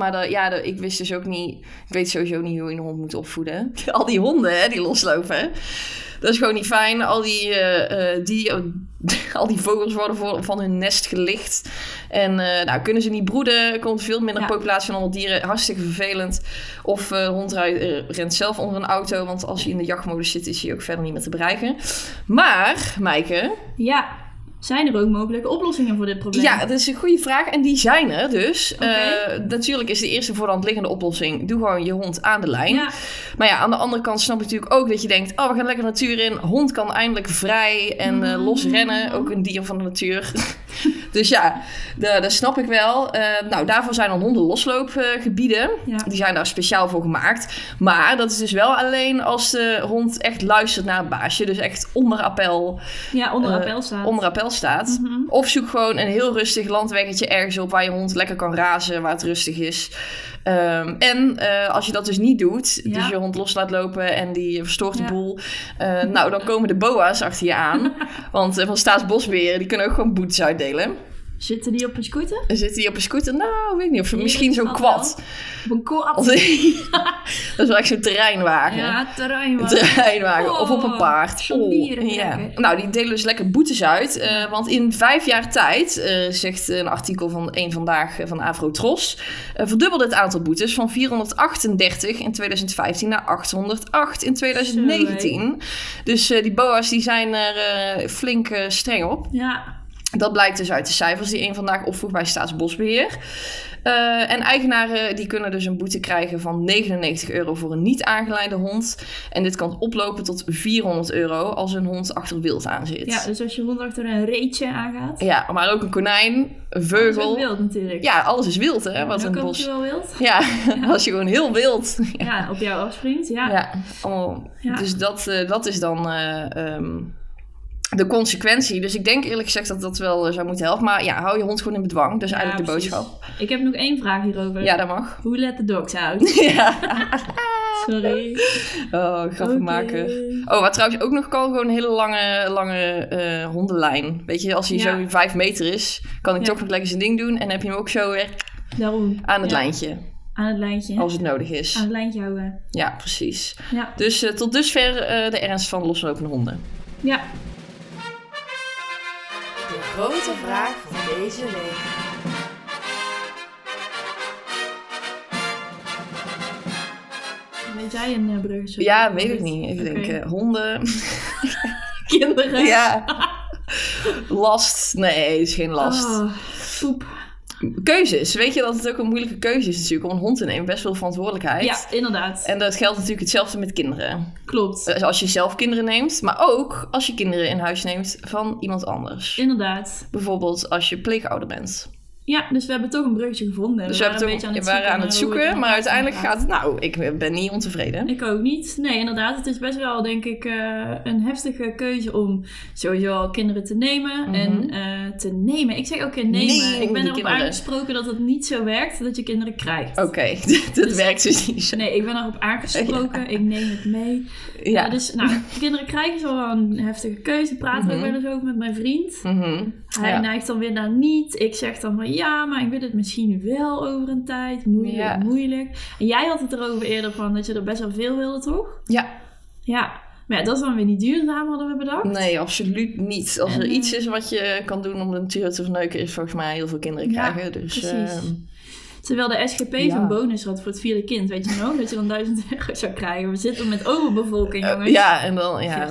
ik wist dus ook niet... Ik weet sowieso niet hoe je een hond moet opvoeden. Al die honden, hè, die loslopen. Dat is gewoon niet fijn. Al die vogels worden van hun nest gelicht. En kunnen ze niet broeden. Komt veel minder populatie van alle dieren. Hartstikke vervelend. Of de hond rent zelf onder een auto. Want als hij in de jachtmodus zit, is hij ook verder niet meer te bereiken. Maar, Maaike... Ja. Zijn er ook mogelijke oplossingen voor dit probleem? Ja, dat is een goede vraag. En die zijn er dus. Natuurlijk is de eerste voor de hand liggende oplossing... doe gewoon je hond aan de lijn. Ja. Maar aan de andere kant snap ik natuurlijk ook dat je denkt... we gaan lekker de natuur in. Hond kan eindelijk vrij en los rennen. Ook een dier van de natuur. Dus ja, dat snap ik wel. Nou, daarvoor zijn dan hondenlosloopgebieden. Ja. Die zijn daar speciaal voor gemaakt. Maar dat is dus wel alleen als de hond echt luistert naar het baasje. Dus echt onder appel. Ja, onder appel staat. Onder appel staat. Mm-hmm. Of zoek gewoon een heel rustig landweggetje ergens op waar je hond lekker kan razen, waar het rustig is. En als je dat dus niet doet, dus je hond los laat lopen en die verstoort de boel. Nou, dan komen de boa's achter je aan. Want van Staatsbosbeheer, die kunnen ook gewoon boetes uitdelen. Zitten die op een scooter? Zitten die op een scooter? Nou, weet ik niet. Of misschien zo'n quad. Op een quad? Dat is wel echt zo'n terreinwagen. Ja, terreinwagen. Of op een paard. Zo'n ja. Nou, die delen dus lekker boetes uit. Want in 5 jaar tijd, zegt een artikel van Eén Vandaag van Avrotros, verdubbelde het aantal boetes van 438 in 2015 naar 808 in 2019. Dus die boa's die zijn er flink streng op. Ja. Dat blijkt dus uit de cijfers die Eén Vandaag opvoegt bij Staatsbosbeheer. En eigenaren die kunnen dus een boete krijgen van €99 voor een niet aangeleide hond. En dit kan oplopen tot €400 als een hond achter wild aan zit. Ja, dus als je hond achter een reetje aangaat. Ja, maar ook een konijn, een vleugel. Alles is wild natuurlijk. Ja, alles is wild, hè? Wat dan een komt bos. je wel wild. Ja, als je gewoon heel wild. Ja, op jou afspringt. Ja. Allemaal. Ja. Dus dat is dan de consequentie. Dus ik denk eerlijk gezegd dat dat wel zou moeten helpen. Maar ja, hou je hond gewoon in bedwang. Dat is eigenlijk de boodschap. Ik heb nog 1 vraag hierover. Ja, dat mag. Who let the dogs out? Ja. Sorry. Oh, grappig maken. Oh, wat trouwens ook nog kan, gewoon een hele lange hondenlijn. Weet je, als hij zo 5 meter is, kan ik toch nog lekker zijn ding doen. En dan heb je hem ook zo weer aan het lijntje. Aan het lijntje. Als het nodig is. Aan het lijntje houden. Ja, precies. Ja. Dus tot dusver de ernst van loslopende honden. Ja. De grote vraag van deze week. Weet jij een bruggetje? Ja, weet ik niet. Ik denk honden. Kinderen. Ja. Last. Nee, het is geen last. Oh, poep. Keuzes. Weet je dat het ook een moeilijke keuze is natuurlijk om een hond te nemen? Best veel verantwoordelijkheid. Ja, inderdaad. En dat geldt natuurlijk hetzelfde met kinderen. Klopt. Als je zelf kinderen neemt, maar ook als je kinderen in huis neemt van iemand anders. Inderdaad. Bijvoorbeeld als je pleegouder bent. Ja, dus we hebben toch een bruggetje gevonden. Dus we waren aan het zoeken, maar uiteindelijk gaat het... Nou, ik ben niet ontevreden. Ik ook niet. Nee, inderdaad. Het is best wel, denk ik, een heftige keuze om sowieso al kinderen te nemen. En te nemen. Ik zeg ook nemen. Nee, ik ben erop aangesproken dat het niet zo werkt dat je kinderen krijgt. Oké, dat werkt dus niet zo. Nee, ik ben erop aangesproken. Ja. Ik neem het mee. Ja. Dus, kinderen krijgen is wel een heftige keuze. Ik praat er ook wel eens over met mijn vriend. Hij neigt dan weer naar niet. Ik zeg dan van ja, maar ik wil het misschien wel over een tijd. Moeilijk. En jij had het erover eerder van dat je er best wel veel wilde, toch? Ja. Ja. Maar ja, dat is dan weer niet duurzaam, hadden we bedacht. Nee, absoluut niet. Als er iets is wat je kan doen om de natuur te verneuken, is volgens mij heel veel kinderen krijgen. Dus, precies. Terwijl de SGP zo'n bonus had voor het 4e kind, weet je nog? Dat je dan €1000 zou krijgen. We zitten met overbevolking, jongens. Ja, en dan... Ja.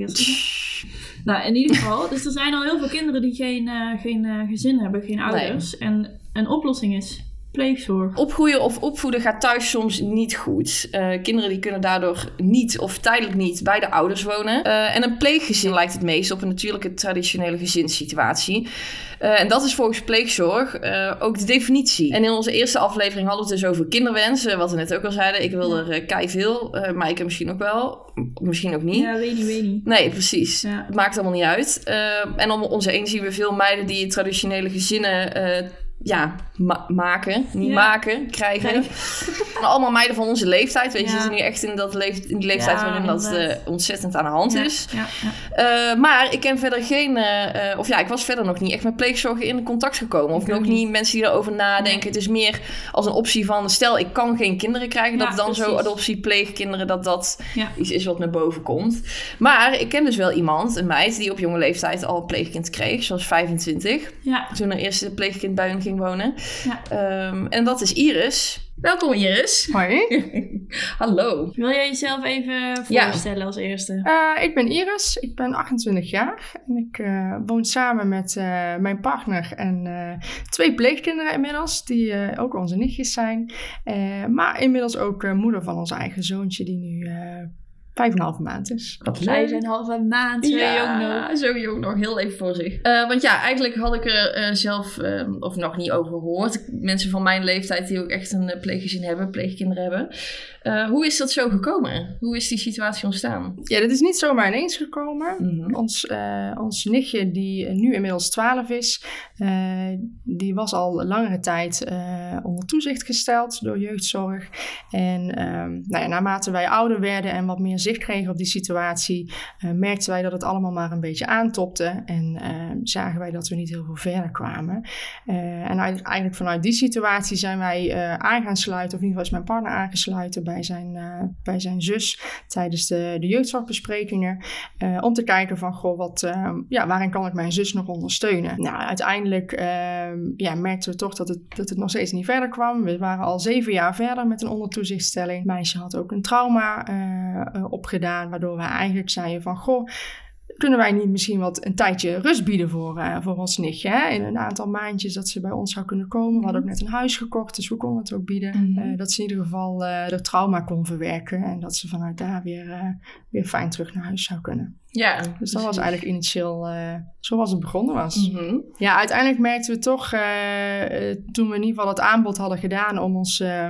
Nou, in ieder geval. Dus er zijn al heel veel kinderen die geen gezin hebben, geen ouders. Nee. En een oplossing is pleegzorg. Opgroeien of opvoeden gaat thuis soms niet goed. Kinderen die kunnen daardoor niet of tijdelijk niet bij de ouders wonen. En een pleeggezin lijkt het meest op een natuurlijke traditionele gezinssituatie. En dat is volgens pleegzorg ook de definitie. En in onze eerste aflevering hadden we het dus over kinderwens. Wat we net ook al zeiden. Ik wil er keiveel. Maaike misschien ook wel. Misschien ook niet. Ja, weet niet. Nee, precies. Ja. Het maakt allemaal niet uit. En om ons heen zien we veel meiden die traditionele gezinnen... krijgen. En allemaal meiden van onze leeftijd. Weet je, zitten nu echt in die leeftijd waarin dat ontzettend aan de hand is. Ja. Maar ik ken verder geen... ik was verder nog niet echt met pleegzorg in contact gekomen. Of nog niet mensen die erover nadenken. Nee. Het is meer als een optie van... Stel, ik kan geen kinderen krijgen. Dat dan precies. Zo adoptie, pleegkinderen... dat iets is wat naar boven komt. Maar ik ken dus wel iemand, een meid... die op jonge leeftijd al een pleegkind kreeg. Zoals 25. Ja. Toen haar eerste pleegkind bij hun ging wonen. Ja. En dat is Iris. Welkom Iris. Hoi. Hallo. Wil jij jezelf even voorstellen als eerste? Ik ben Iris. Ik ben 28 jaar. En ik woon samen met mijn partner en 2 pleegkinderen inmiddels. Die ook onze nichtjes zijn. Maar inmiddels ook moeder van ons eigen zoontje die nu 5,5 maand is. 5,5 maand, zo jong nog. Zo jong nog, heel even voor zich. Want ja, eigenlijk had ik er zelf of nog niet over gehoord. Mensen van mijn leeftijd die ook echt een pleeggezin hebben, pleegkinderen hebben. Hoe is dat zo gekomen? Hoe is die situatie ontstaan? Ja, dat is niet zomaar ineens gekomen. Mm-hmm. Ons nichtje, die nu inmiddels 12 is, die was al langere tijd onder toezicht gesteld door jeugdzorg. En naarmate wij ouder werden en wat meer zicht kregen op die situatie, merkten wij dat het allemaal maar een beetje aantopte. En zagen wij dat we niet heel veel verder kwamen. En eigenlijk vanuit die situatie zijn wij aan gaan sluiten, of in ieder geval is mijn partner aangesluiten bij zijn zus tijdens de jeugdzorgbesprekingen. Om te kijken van, waarin kan ik mijn zus nog ondersteunen? Nou, uiteindelijk merkten we toch dat het nog steeds niet verder kwam. We waren al 7 jaar verder met een ondertoezichtstelling. Het meisje had ook een trauma opgedaan, waardoor we eigenlijk zeiden van, kunnen wij niet misschien een tijdje rust bieden voor ons nichtje? Hè? In een aantal maandjes dat ze bij ons zou kunnen komen. We hadden ook net een huis gekocht, dus we konden het ook bieden. Mm-hmm. Dat ze in ieder geval de trauma kon verwerken. En dat ze vanuit daar weer fijn terug naar huis zou kunnen. Ja, dus dat was eigenlijk initieel zoals het begonnen was. Mm-hmm. Ja, uiteindelijk merkten we toch, toen we in ieder geval het aanbod hadden gedaan om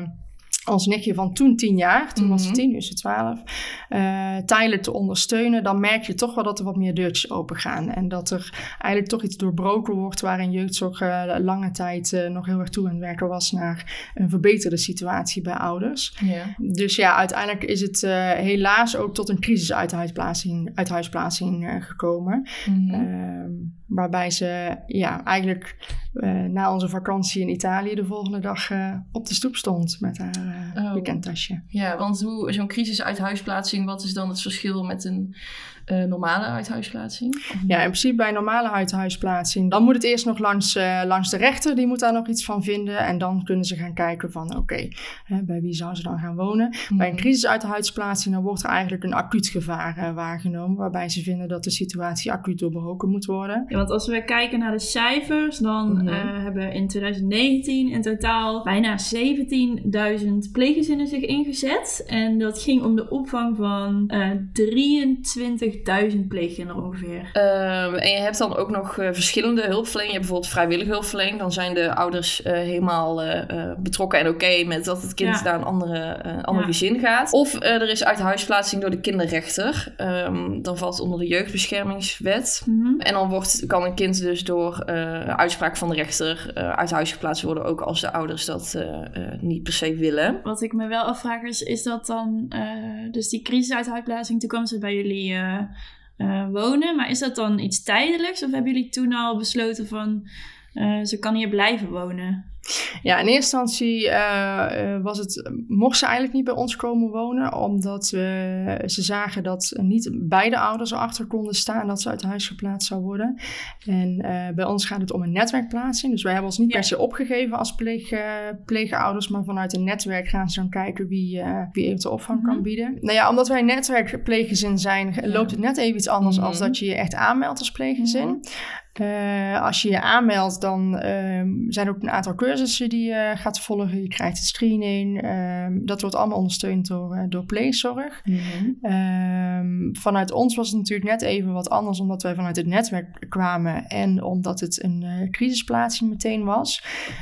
ons nichtje van toen 10 jaar, toen was ze 10, nu is ze 12, tijdelijk te ondersteunen, dan merk je toch wel dat er wat meer deurtjes open gaan. En dat er eigenlijk toch iets doorbroken wordt waarin jeugdzorg lange tijd nog heel erg toe aan het werken was naar een verbeterde situatie bij ouders. Yeah. Dus ja, uiteindelijk is het helaas ook tot een crisis-uithuisplaatsing gekomen. Mm-hmm. Waarbij ze eigenlijk na onze vakantie in Italië de volgende dag op de stoep stond met haar weekendtasje. Ja, want zo'n crisis-uithuisplaatsing, wat is dan het verschil met een normale uithuisplaatsing? Ja, in principe bij een normale uithuisplaatsing, dan moet het eerst nog langs de rechter, die moet daar nog iets van vinden. En dan kunnen ze gaan kijken van bij wie zou ze dan gaan wonen. Mm-hmm. Bij een crisisuithuisplaatsing, dan wordt er eigenlijk een acuut gevaar waargenomen, waarbij ze vinden dat de situatie acuut doorbroken moet worden. Ja, want als we kijken naar de cijfers, dan hebben in 2019 in totaal bijna 17.000 pleeggezinnen zich ingezet. En dat ging om de opvang van 23.000 pleegkinderen ongeveer. En je hebt dan ook nog verschillende hulpverlening. Je hebt bijvoorbeeld vrijwillige hulpverlening. Dan zijn de ouders helemaal betrokken en oké met dat het kind naar een ander gezin gaat. Of er is uithuisplaatsing door de kinderrechter. Dan valt het onder de jeugdbeschermingswet. Mm-hmm. En dan kan een kind dus door uitspraak van de rechter uit huis geplaatst worden, ook als de ouders dat niet per se willen. Wat ik me wel afvraag is dat dan dus die crisisuithuisplaatsing, toen kwam ze bij jullie wonen, maar is dat dan iets tijdelijks of hebben jullie toen al besloten van ze kan hier blijven wonen? Ja, in eerste instantie mocht ze eigenlijk niet bij ons komen wonen, omdat ze zagen dat niet beide ouders erachter konden staan dat ze uit huis geplaatst zou worden. En bij ons gaat het om een netwerkplaatsing, dus wij hebben ons niet per se opgegeven als pleegouders, maar vanuit een netwerk gaan ze dan kijken wie eventueel opvang kan bieden. Nou ja, omdat wij een netwerkpleeggezin zijn, loopt het net even iets anders als dat je je echt aanmeldt als pleeggezin. Als je je aanmeldt, dan zijn er ook een aantal cursussen die je gaat volgen. Je krijgt een screening. Dat wordt allemaal ondersteund door pleegzorg. Mm-hmm. Vanuit ons was het natuurlijk net even wat anders, omdat wij vanuit het netwerk kwamen en omdat het een crisisplaatsing meteen was.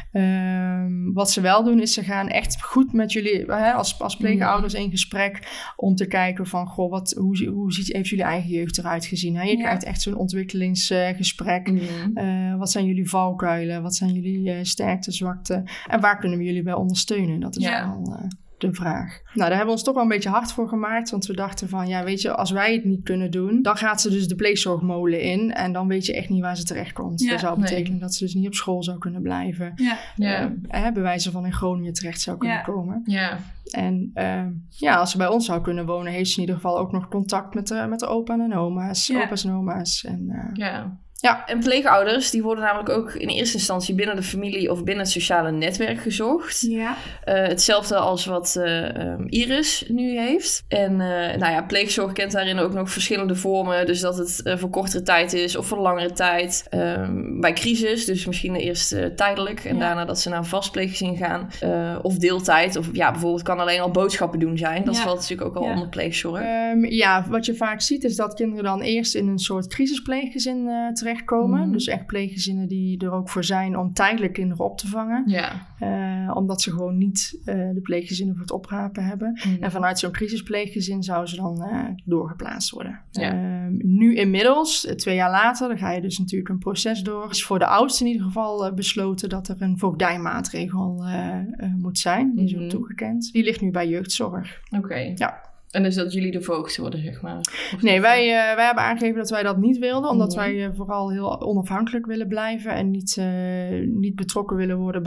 Wat ze wel doen, is ze gaan echt goed met jullie als pleegouders in gesprek om te kijken van, hoe heeft jullie eigen jeugd eruit gezien? Hè? Je krijgt echt zo'n ontwikkelingsgesprek. Mm-hmm. Wat zijn jullie valkuilen? Wat zijn jullie sterkte, zwakte? En waar kunnen we jullie bij ondersteunen? Dat is wel de vraag. Nou, daar hebben we ons toch wel een beetje hard voor gemaakt. Want we dachten van, als wij het niet kunnen doen, dan gaat ze dus de pleegzorgmolen in. En dan weet je echt niet waar ze terecht komt. Ja, dat zou betekenen dat ze dus niet op school zou kunnen blijven. Bij wijze van in Groningen terecht zou kunnen komen. Ja. En als ze bij ons zou kunnen wonen, heeft ze in ieder geval ook nog contact met de opa en oma's. Opa's en oma's. En, Ja. En pleegouders, die worden namelijk ook in eerste instantie binnen de familie of binnen het sociale netwerk gezocht. Ja. Hetzelfde als wat Iris nu heeft. En pleegzorg kent daarin ook nog verschillende vormen. Dus dat het voor kortere tijd is of voor langere tijd. Bij crisis, dus misschien eerst tijdelijk en daarna dat ze naar een vast pleeggezin gaan. Of deeltijd, of bijvoorbeeld kan alleen al boodschappen doen zijn. Dat valt natuurlijk ook al onder pleegzorg. Wat je vaak ziet is dat kinderen dan eerst in een soort crisispleeggezin terechtkomen. Dus echt pleeggezinnen die er ook voor zijn om tijdelijk kinderen op te vangen. Ja. Omdat ze gewoon niet de pleeggezinnen voor het oprapen hebben. En vanuit zo'n crisispleeggezin zouden ze dan doorgeplaatst worden. Ja. Nu inmiddels, 2 jaar later, dan ga je dus natuurlijk een proces door. Is voor de oudsten in ieder geval besloten dat er een voogdijmaatregel moet zijn. Die is ook toegekend. Die ligt nu bij jeugdzorg. Oké. Ja. En dus dat jullie de voogd worden, zeg maar? Nee, wij hebben aangegeven dat wij dat niet wilden. Omdat wij vooral heel onafhankelijk willen blijven. En niet betrokken willen worden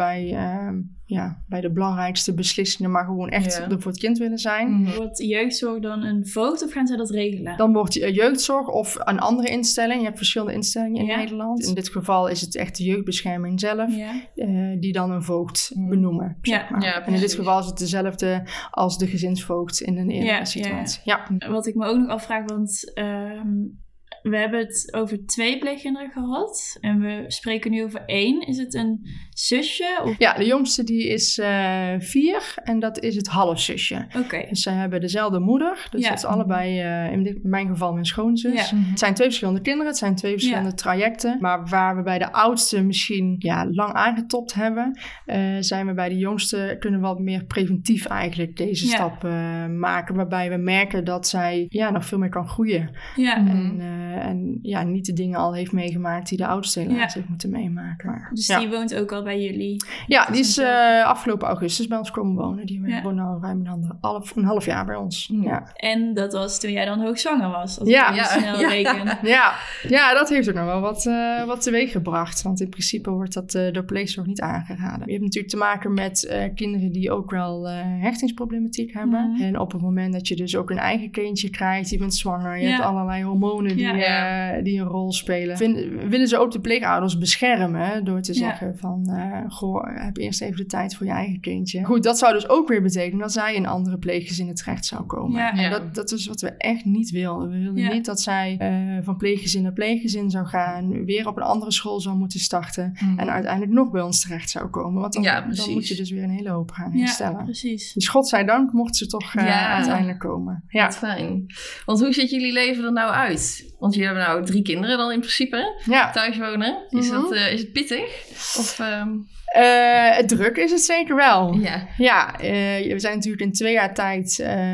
bij de belangrijkste beslissingen. Maar gewoon echt er voor het kind willen zijn. Wordt jeugdzorg dan een voogd of gaan zij dat regelen? Dan wordt jeugdzorg of een andere instelling. Je hebt verschillende instellingen in Nederland. In dit geval is het echt de jeugdbescherming zelf. Die dan een voogd benoemen. Zeg maar. Ja, en in dit geval is het dezelfde als de gezinsvoogd in een eerdere situatie. Ja. Wat ik me ook nog afvraag, want we hebben het over 2 pleegkinderen gehad. En we spreken nu over 1. Is het een zusje? Of? Ja, de jongste die is 4 en dat is het halfzusje. Oké. Dus zij hebben dezelfde moeder. Dus dat is allebei, in mijn geval, mijn schoonzus. Ja. Het zijn 2 verschillende kinderen. Het zijn 2 verschillende trajecten. Maar waar we bij de oudste misschien lang aangetopt hebben, zijn we bij de jongste kunnen we wat meer preventief eigenlijk deze stap maken. Waarbij we merken dat zij nog veel meer kan groeien. Ja. En niet de dingen al heeft meegemaakt die de oudste helaas heeft moeten meemaken. Dus die woont ook al bij jullie? Ja, die is afgelopen augustus bij ons komen wonen. Die woont nu ruim een half jaar bij ons. Ja. En dat was toen jij dan hoogzwanger was? Als ik snel reken. Ja, dat heeft ook nog wel wat teweeg gebracht. Want in principe wordt dat door pleegzorg niet aangeraden. Je hebt natuurlijk te maken met kinderen die ook wel hechtingsproblematiek hebben. En op het moment dat je dus ook een eigen kindje krijgt, je bent zwanger, je hebt allerlei hormonen die een rol spelen. Willen ze ook de pleegouders beschermen door te zeggen van, heb eerst even de tijd voor je eigen kindje. Goed, dat zou dus ook weer betekenen dat zij in andere pleeggezinnen terecht zou komen. Ja. En dat is wat we echt niet wilden. We wilden niet dat zij van pleeggezin naar pleeggezin zou gaan, weer op een andere school zou moeten starten en uiteindelijk nog bij ons terecht zou komen. Want dan moet je dus weer een hele hoop gaan herstellen. Precies. Dus godzijdank mocht ze toch uiteindelijk komen. Ja, wat fijn. Want hoe ziet jullie leven er nou uit? Want jullie hebben nou 3 kinderen dan in principe thuis wonen. Is het pittig? Of, druk is het zeker wel. Ja. We zijn natuurlijk in 2 jaar tijd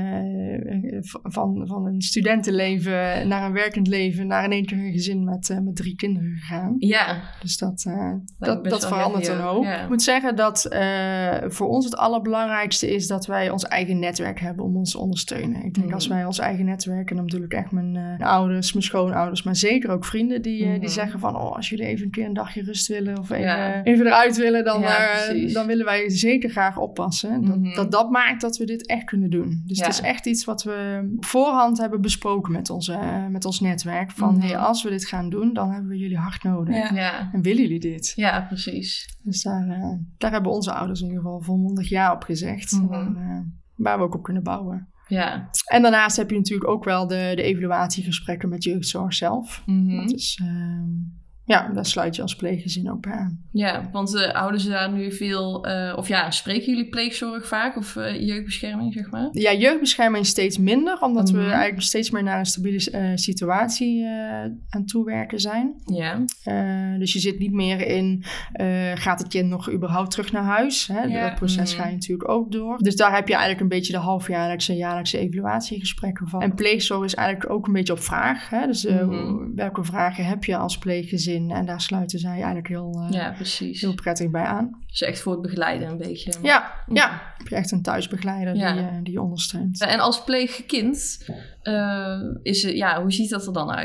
van een studentenleven naar een werkend leven naar in één keer een gezin met 3 kinderen gegaan. Ja. Dus dat verandert een hoop. Ja. Ik moet zeggen dat voor ons het allerbelangrijkste is dat wij ons eigen netwerk hebben om ons te ondersteunen. Ik denk als wij ons eigen netwerk, en dan bedoel ik echt mijn ouders, mijn schoonouders, maar zeker ook vrienden die zeggen van, als jullie even een keer een dagje rust willen of even eruit willen, dan willen wij zeker graag oppassen. Dat maakt dat we dit echt kunnen doen. Dus het is echt iets wat we op voorhand hebben besproken met ons netwerk. Van als we dit gaan doen, dan hebben we jullie hard nodig. Ja. En willen jullie dit? Ja, precies. Dus daar hebben onze ouders in ieder geval volmondig ja op gezegd. Waar we ook op kunnen bouwen. Ja. En daarnaast heb je natuurlijk ook wel de evaluatiegesprekken met jeugdzorg zelf. Dat is... daar sluit je als pleeggezin ook bij aan. Ja, want houden ze daar nu veel... spreken jullie pleegzorg vaak? Of jeugdbescherming, zeg maar? Ja, jeugdbescherming steeds minder. Omdat we eigenlijk steeds meer naar een stabiele situatie aan toewerken zijn. Ja. Dus je zit niet meer in... gaat het kind nog überhaupt terug naar huis? Hè? Dat proces ga je natuurlijk ook door. Dus daar heb je eigenlijk een beetje de halfjaarlijkse, jaarlijkse evaluatiegesprekken van. En pleegzorg is eigenlijk ook een beetje op vraag. Hè? Dus welke vragen heb je als pleeggezin? En daar sluiten zij eigenlijk heel prettig bij aan. Dus echt voor het begeleiden een beetje. Ja. Heb je echt een thuisbegeleider die je ondersteunt. En als pleegkind, hoe ziet dat er dan uit?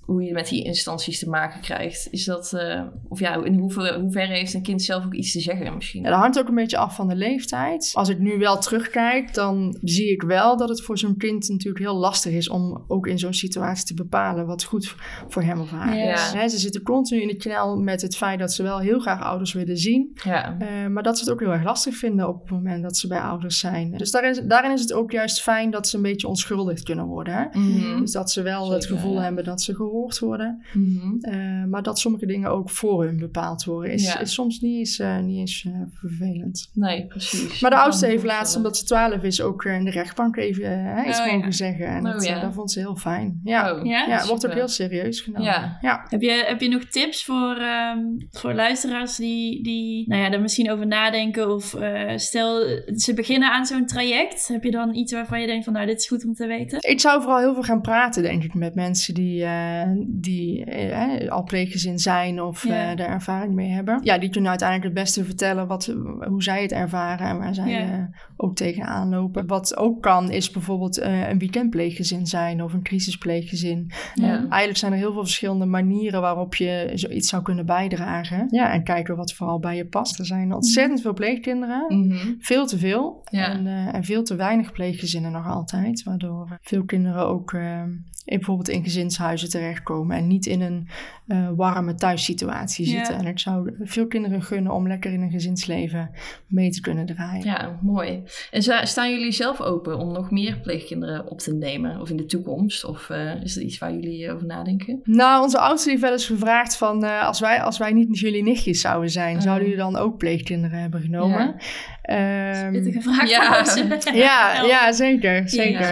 hoe je met die instanties te maken krijgt. Is dat, in hoeverre heeft een kind zelf ook iets te zeggen misschien? Ja, dat hangt ook een beetje af van de leeftijd. Als ik nu wel terugkijk, dan zie ik wel dat het voor zo'n kind natuurlijk heel lastig is om ook in zo'n situatie te bepalen wat goed voor hem of haar is. Ze zitten continu in de knel met het feit dat ze wel heel graag ouders willen zien. Ja. Maar dat ze het ook heel erg lastig vinden op het moment dat ze bij ouders zijn. Dus daarin is het ook juist fijn dat ze een beetje onschuldigd kunnen worden. Hè? Mm-hmm. Dus dat ze wel het gevoel hebben dat ze gehoord worden. Mm-hmm. Maar dat sommige dingen ook voor hun bepaald worden. Is soms niet eens vervelend. Nee, precies. Maar de oudste heeft laatst, omdat ze 12 is, ook in de rechtbank even iets mogen zeggen. En dat vond ze heel fijn. Het wordt ook heel serieus genomen. Ja. Heb je nog tips voor luisteraars die er misschien over nadenken? Of stel, ze beginnen aan zo'n traject. Heb je dan iets waarvan je denkt van, dit is goed om te weten? Ik zou vooral heel veel gaan praten, denk ik, met mensen die al pleeggezin zijn of daar ervaring mee hebben. Ja, die kunnen uiteindelijk het beste vertellen hoe zij het ervaren en waar zij ook tegenaan lopen. Wat ook kan, is bijvoorbeeld een weekendpleeggezin zijn of een crisispleeggezin. Eigenlijk zijn er heel veel verschillende manieren waarop je zoiets zou kunnen bijdragen. Ja, en kijken wat vooral bij je past. Er zijn ontzettend veel pleegkinderen. Mm-hmm. Veel te veel. Ja. En veel te weinig pleeggezinnen nog altijd. Waardoor veel kinderen ook bijvoorbeeld in gezinshuizen terechtkomen en niet in een warme thuissituatie zitten. En ik zou veel kinderen gunnen om lekker in een gezinsleven mee te kunnen draaien. Ja, mooi. En staan jullie zelf open om nog meer pleegkinderen op te nemen? Of in de toekomst? Of is dat iets waar jullie over nadenken? Nou, onze oudste heeft wel eens gevraagd van als wij niet jullie nichtjes zouden zijn, zouden jullie dan ook pleegkinderen hebben genomen? Pittige vraag. Ja, zeker.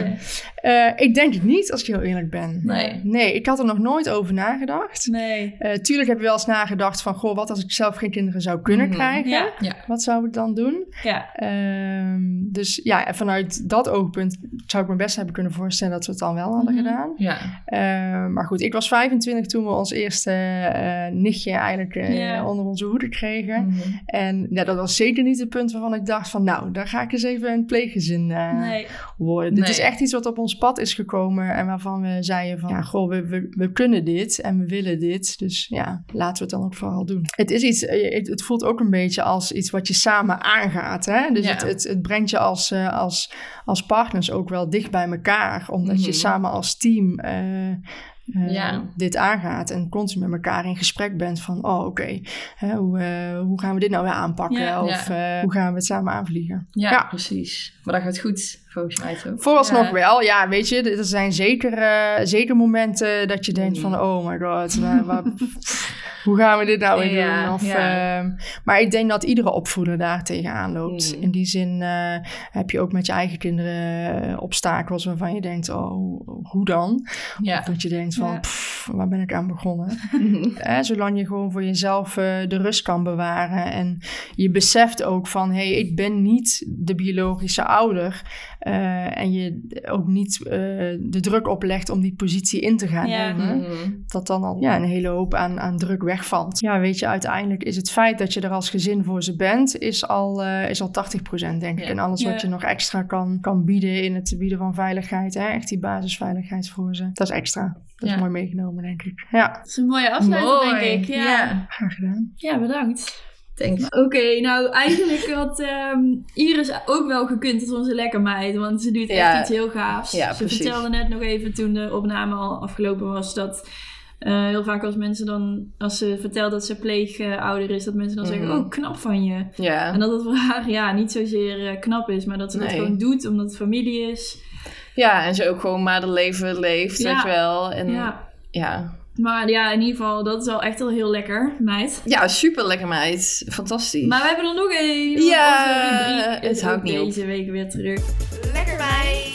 Ik denk het niet, als ik heel eerlijk ben. Nee, ik had er nog nooit over nagedacht. Nee. Tuurlijk heb je wel eens nagedacht van, wat als ik zelf geen kinderen zou kunnen krijgen? Ja. Wat zou ik dan doen? Ja. Dus ja, vanuit dat oogpunt zou ik me best hebben kunnen voorstellen dat we het dan wel hadden gedaan. Ja. Maar goed, ik was 25 toen we ons eerste nichtje eigenlijk onder onze hoede kregen. Mm-hmm. En dat was zeker niet het punt waarvan ik dacht van, daar ga ik eens even een pleeggezin worden. Dit is echt iets wat op ons pad is gekomen en waarvan we zeiden van, we kunnen dit en we willen dit. Dus laten we het dan ook vooral doen. Het is iets, het voelt ook een beetje als iets wat je samen aangaat. Hè? Dus het brengt je als partners ook wel dicht bij elkaar, omdat je samen als team dit aangaat en constant met elkaar in gesprek bent van, hoe gaan we dit nou weer aanpakken? Ja, of hoe gaan we het samen aanvliegen? Ja, precies. Maar dat gaat goed, volgens mij toch? Vooralsnog wel. Ja, weet je, er zijn zeker momenten dat je denkt van, oh my god, hoe gaan we dit nou weer doen? Of, maar ik denk dat iedere opvoeder daar tegenaan loopt. In die zin heb je ook met je eigen kinderen obstakels waarvan je denkt, hoe dan? Of dat je denkt van, waar ben ik aan begonnen? Zolang je gewoon voor jezelf de rust kan bewaren en je beseft ook van, ik ben niet de biologische ouder en je ook niet de druk oplegt om die positie in te gaan nemen, dat dan al een hele hoop aan druk wegvalt. Ja, weet je, uiteindelijk is het feit dat je er als gezin voor ze bent, is al 80%, denk ik. En alles wat je nog extra kan bieden in het bieden van veiligheid, echt die basisveiligheid voor ze, dat is extra. Dat is mooi meegenomen, denk ik. Ja. Dat is een mooie afsluiting, denk ik. Ja. Graag gedaan. Ja, bedankt. Oké, nou eigenlijk had Iris ook wel gekund als onze lekkermeid, want ze doet echt iets heel gaafs. Ja, ze vertelde net nog even toen de opname al afgelopen was dat heel vaak als mensen dan, als ze vertelt dat ze pleegouder is, dat mensen dan zeggen, knap van je. Ja. En dat het voor haar niet zozeer knap is, maar dat ze dat gewoon doet omdat het familie is. Ja, en ze ook gewoon maar het leven leeft, weet je wel. En ja. Maar in ieder geval, dat is wel echt wel heel lekker, meid. Ja, super lekker, meid. Fantastisch. Maar we hebben er nog één. Ja, het houdt niet op. Deze week weer terug. Lekker, meid.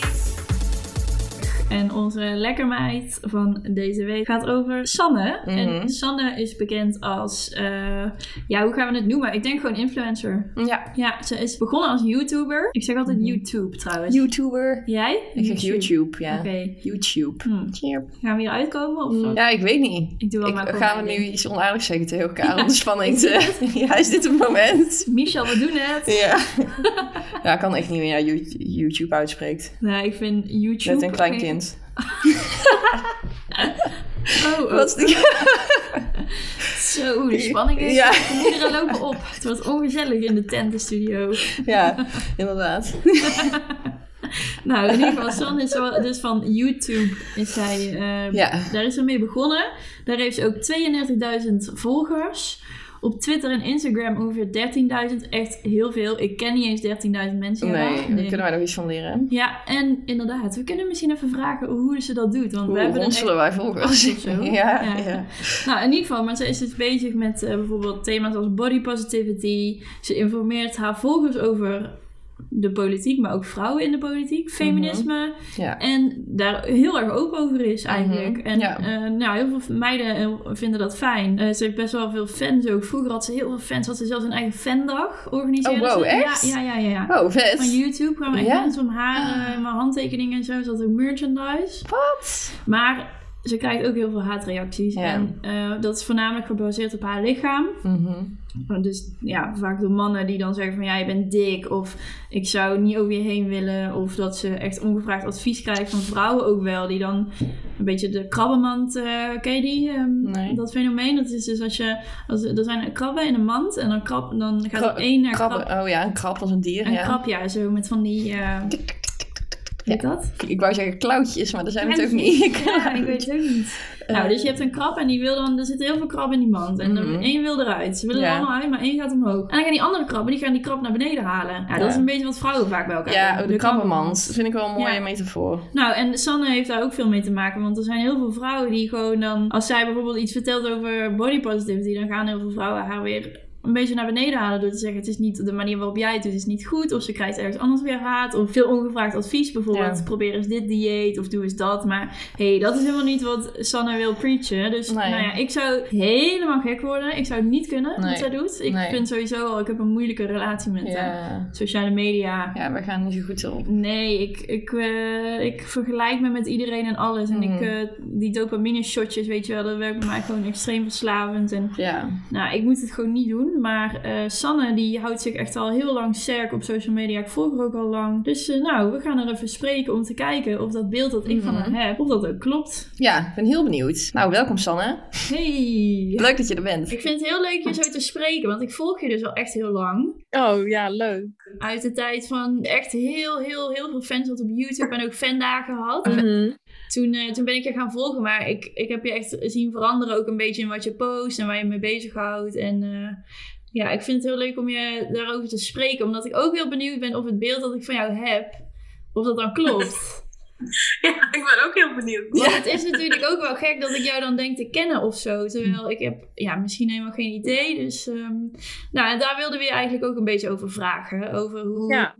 En onze lekkermeid van deze week gaat over Sanne. Mm-hmm. En Sanne is bekend als, hoe gaan we het noemen? Ik denk gewoon influencer. Ja, ze is begonnen als YouTuber. Ik zeg altijd YouTube trouwens. YouTuber. Jij? Ik zeg YouTube, ja. Oké. YouTube. Gaan we hier uitkomen? Of? Ja, ik weet niet. Ik doe wel maar gaan we nu iets onaardigs zeggen tegen elkaar om de spanning te... Ja, is dit het moment? Michel, we doen het. Ja, ik kan echt niet meer YouTube uitspreekt. Nee, ik vind YouTube... Net een klein kind. Wat is die? Zo, de spanning is. Ja. De moederen lopen op. Het wordt ongezellig in de tentenstudio. Ja, inderdaad. Nou, in ieder geval, San is dus van YouTube. Is zij, daar is ze mee begonnen. Daar heeft ze ook 32.000 volgers. Op Twitter en Instagram ongeveer 13.000. Echt heel veel. Ik ken niet eens 13.000 mensen. Nee, daar kunnen wij nog iets van leren. Ja, en inderdaad. We kunnen misschien even vragen hoe ze dat doet. Want hoe we hebben ronselen wij volgers? of zo. Ja. Nou, in ieder geval. Maar ze is dus bezig met bijvoorbeeld thema's als body positivity. Ze informeert haar volgers over de politiek, maar ook vrouwen in de politiek, feminisme. En daar heel erg open over is eigenlijk. En heel veel meiden vinden dat fijn. Ze heeft best wel veel fans ook. Vroeger had ze heel veel fans. Had ze zelfs een eigen fandag organiseerd. Oh, wow, echt? Ja. Oh, vet. Van YouTube kwamen echt mensen om haar, mijn handtekeningen en zo. Ze had ook merchandise. Wat? Maar ze krijgt ook heel veel haatreacties. Ja. En dat is voornamelijk gebaseerd op haar lichaam. Dus ja, vaak door mannen die dan zeggen van ja, je bent dik. Of ik zou niet over je heen willen. Of dat ze echt ongevraagd advies krijgt van vrouwen ook wel. Die dan een beetje de krabbenmand, ken je die? Nee. Dat fenomeen. Dat is dus er zijn krabben in een mand. En dan gaat het één naar krab. Oh ja, een krab als een dier. Een krab, ja. Zo met van die... Weet dat? Ik wou zeggen klauwtjes, maar dat zijn het ook niet. Ja, ik weet het ook niet. Nou, dus je hebt een krab en die wil dan... Er zitten heel veel krabben in die mand. En één wil eruit. Ze willen er allemaal uit, maar één gaat omhoog. En dan gaan die andere krabben, die gaan die krab naar beneden halen. Ja, dat is een beetje wat vrouwen vaak bij elkaar doen. De krabbenmand. Dat vind ik wel een mooie metafoor. Nou, en Sanne heeft daar ook veel mee te maken. Want er zijn heel veel vrouwen die gewoon dan... Als zij bijvoorbeeld iets vertelt over body positivity... Dan gaan heel veel vrouwen haar weer... een beetje naar beneden halen door te zeggen... het is niet de manier waarop jij het doet, is niet goed. Of ze krijgt ergens anders weer haat. Of veel ongevraagd advies. Bijvoorbeeld, probeer eens dit dieet of doe eens dat. Maar dat is helemaal niet wat Sanne wil preachen. Dus ik zou helemaal gek worden. Ik zou het niet kunnen wat zij doet. Ik vind sowieso al... Ik heb een moeilijke relatie met sociale media. Ja, we gaan niet zo goed op. Nee, ik vergelijk me met iedereen en alles. En die dopamine shotjes, weet je wel... dat werkt bij mij gewoon extreem verslavend. En, ik moet het gewoon niet doen. Maar Sanne die houdt zich echt al heel lang sterk op social media. Ik volg haar ook al lang. Dus we gaan er even spreken om te kijken of dat beeld dat ik van haar heb, of dat ook klopt. Ja, ik ben heel benieuwd. Nou, welkom Sanne. Hey. Leuk dat je er bent. Ik vind het heel leuk je zo te spreken, want ik volg je dus al echt heel lang. Oh ja, leuk. Uit de tijd van echt heel veel fans had op YouTube en ook fandagen had. Toen ben ik je gaan volgen, maar ik heb je echt zien veranderen ook een beetje in wat je post en waar je mee bezighoudt. En ik vind het heel leuk om je daarover te spreken, omdat ik ook heel benieuwd ben of het beeld dat ik van jou heb, of dat dan klopt. Ja, ik ben ook heel benieuwd. Want het is natuurlijk ook wel gek dat ik jou dan denk te kennen of zo. Terwijl ik heb misschien helemaal geen idee. Dus en daar wilden we je eigenlijk ook een beetje over vragen. Over hoe...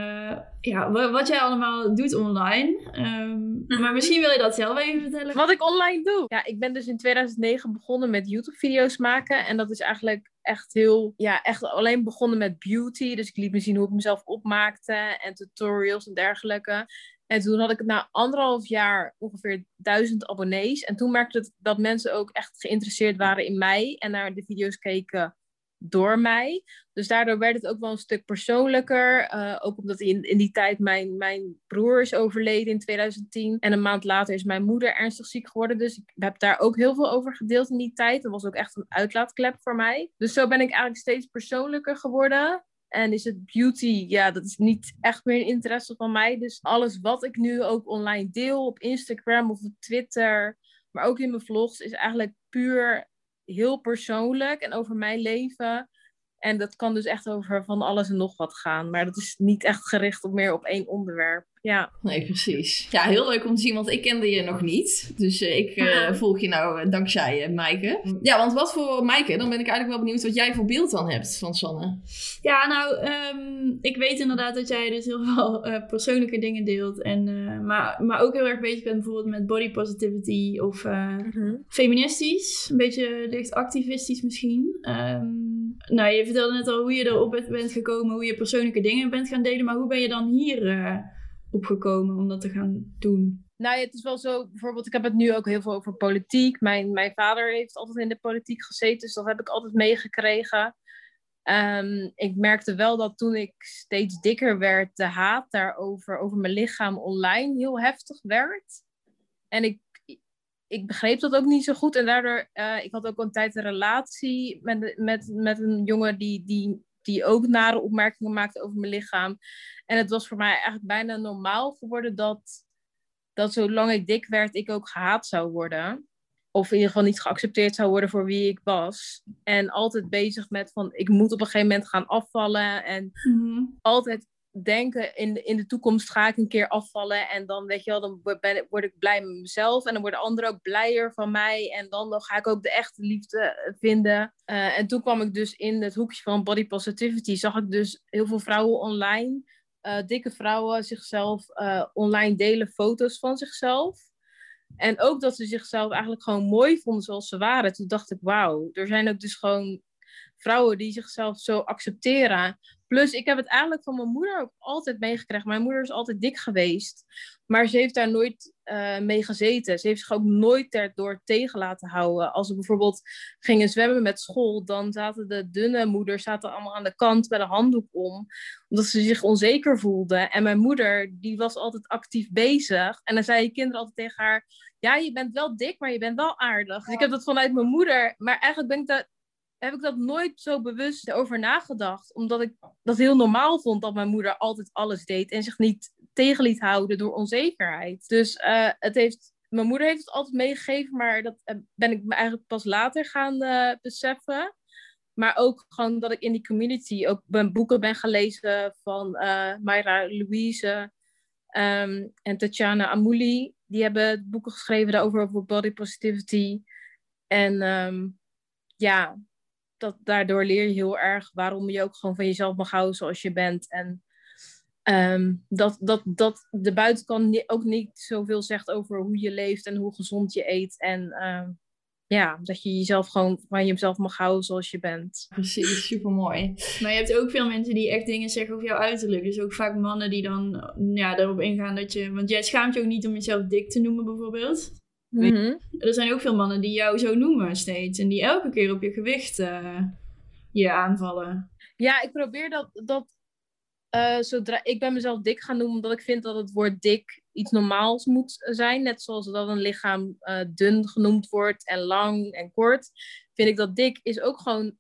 wat jij allemaal doet online. Maar misschien wil je dat zelf even vertellen. Wat ik online doe? Ja, ik ben dus in 2009 begonnen met YouTube-video's maken. En dat is eigenlijk echt alleen begonnen met beauty. Dus ik liet me zien hoe ik mezelf opmaakte. En tutorials en dergelijke. En toen had ik na 1,5 jaar ongeveer 1000 abonnees. En toen merkte ik dat mensen ook echt geïnteresseerd waren in mij. En naar de video's keken door mij. Dus daardoor werd het ook wel een stuk persoonlijker. Ook omdat in die tijd mijn broer is overleden in 2010. En een maand later is mijn moeder ernstig ziek geworden. Dus ik heb daar ook heel veel over gedeeld in die tijd. Dat was ook echt een uitlaatklep voor mij. Dus zo ben ik eigenlijk steeds persoonlijker geworden. En is het beauty, dat is niet echt meer een interesse van mij. Dus alles wat ik nu ook online deel op Instagram of op Twitter, maar ook in mijn vlogs, is eigenlijk puur heel persoonlijk en over mijn leven. En dat kan dus echt over van alles en nog wat gaan. Maar dat is niet echt gericht op één onderwerp. Ja. Nee, precies. Ja, heel leuk om te zien, want ik kende je nog niet. Dus ik volg je nou dankzij Maaike. Ja, want wat voor Maaike? Dan ben ik eigenlijk wel benieuwd wat jij voor beeld dan hebt van Sanne. Ja, nou, ik weet inderdaad dat jij dus heel veel persoonlijke dingen deelt. En, maar ook heel erg bezig bent bijvoorbeeld met body positivity of feministisch. Een beetje licht activistisch misschien. Nou, je vertelde net al hoe je erop bent gekomen, hoe je persoonlijke dingen bent gaan delen. Maar hoe ben je dan hier opgekomen om dat te gaan doen? Nou ja, het is wel zo, bijvoorbeeld, ik heb het nu ook heel veel over politiek. Mijn vader heeft altijd in de politiek gezeten, dus dat heb ik altijd meegekregen. Ik merkte wel dat toen ik steeds dikker werd, de haat daarover, over mijn lichaam online, heel heftig werd. En ik begreep dat ook niet zo goed. En daardoor, ik had ook een tijd een relatie met een jongen die ook nare opmerkingen maakte over mijn lichaam. En het was voor mij eigenlijk bijna normaal geworden dat zolang ik dik werd, ik ook gehaat zou worden. Of in ieder geval niet geaccepteerd zou worden voor wie ik was. En altijd bezig met van, ik moet op een gegeven moment gaan afvallen. En altijd denken, in de toekomst ga ik een keer afvallen. En dan, weet je wel, dan word ik blij met mezelf. En dan worden anderen ook blijer van mij. En dan ga ik ook de echte liefde vinden. En toen kwam ik dus in het hoekje van body positivity. Zag ik dus heel veel vrouwen online. Dikke vrouwen zichzelf online delen foto's van zichzelf. En ook dat ze zichzelf eigenlijk gewoon mooi vonden zoals ze waren. Toen dacht ik, wauw, er zijn ook dus gewoon vrouwen die zichzelf zo accepteren. Plus, ik heb het eigenlijk van mijn moeder ook altijd meegekregen. Mijn moeder is altijd dik geweest. Maar ze heeft daar nooit mee gezeten. Ze heeft zich ook nooit erdoor tegen laten houden. Als we bijvoorbeeld gingen zwemmen met school, dan zaten de dunne moeders allemaal aan de kant met een handdoek om. Omdat ze zich onzeker voelden. En mijn moeder, die was altijd actief bezig. En dan zeiden kinderen altijd tegen haar, ja, je bent wel dik, maar je bent wel aardig. Dus ik heb dat vanuit mijn moeder. Maar eigenlijk heb ik dat nooit zo bewust over nagedacht. Omdat ik dat heel normaal vond dat mijn moeder altijd alles deed. En zich niet tegen liet houden door onzekerheid. Dus mijn moeder heeft het altijd meegegeven. Maar dat ben ik me eigenlijk pas later gaan beseffen. Maar ook gewoon dat ik in die community ook boeken ben gelezen van Mayra Louise en Tatjana Amouli. Die hebben boeken geschreven daarover, over body positivity. En daardoor leer je heel erg waarom je ook gewoon van jezelf mag houden zoals je bent. En dat de buitenkant ook niet zoveel zegt over hoe je leeft en hoe gezond je eet. En dat je jezelf gewoon van jezelf mag houden zoals je bent. Precies, supermooi. Maar je hebt ook veel mensen die echt dingen zeggen over jouw uiterlijk. Dus ook vaak mannen die dan daarop ingaan dat je... Want jij schaamt je ook niet om jezelf dik te noemen bijvoorbeeld. Mm-hmm. Er zijn ook veel mannen die jou zo noemen steeds. En die elke keer op je gewicht je aanvallen. Ja, ik probeer dat zodra ik ben mezelf dik gaan noemen, omdat ik vind dat het woord dik iets normaals moet zijn. Net zoals dat een lichaam dun genoemd wordt en lang en kort. Vind ik dat dik is ook gewoon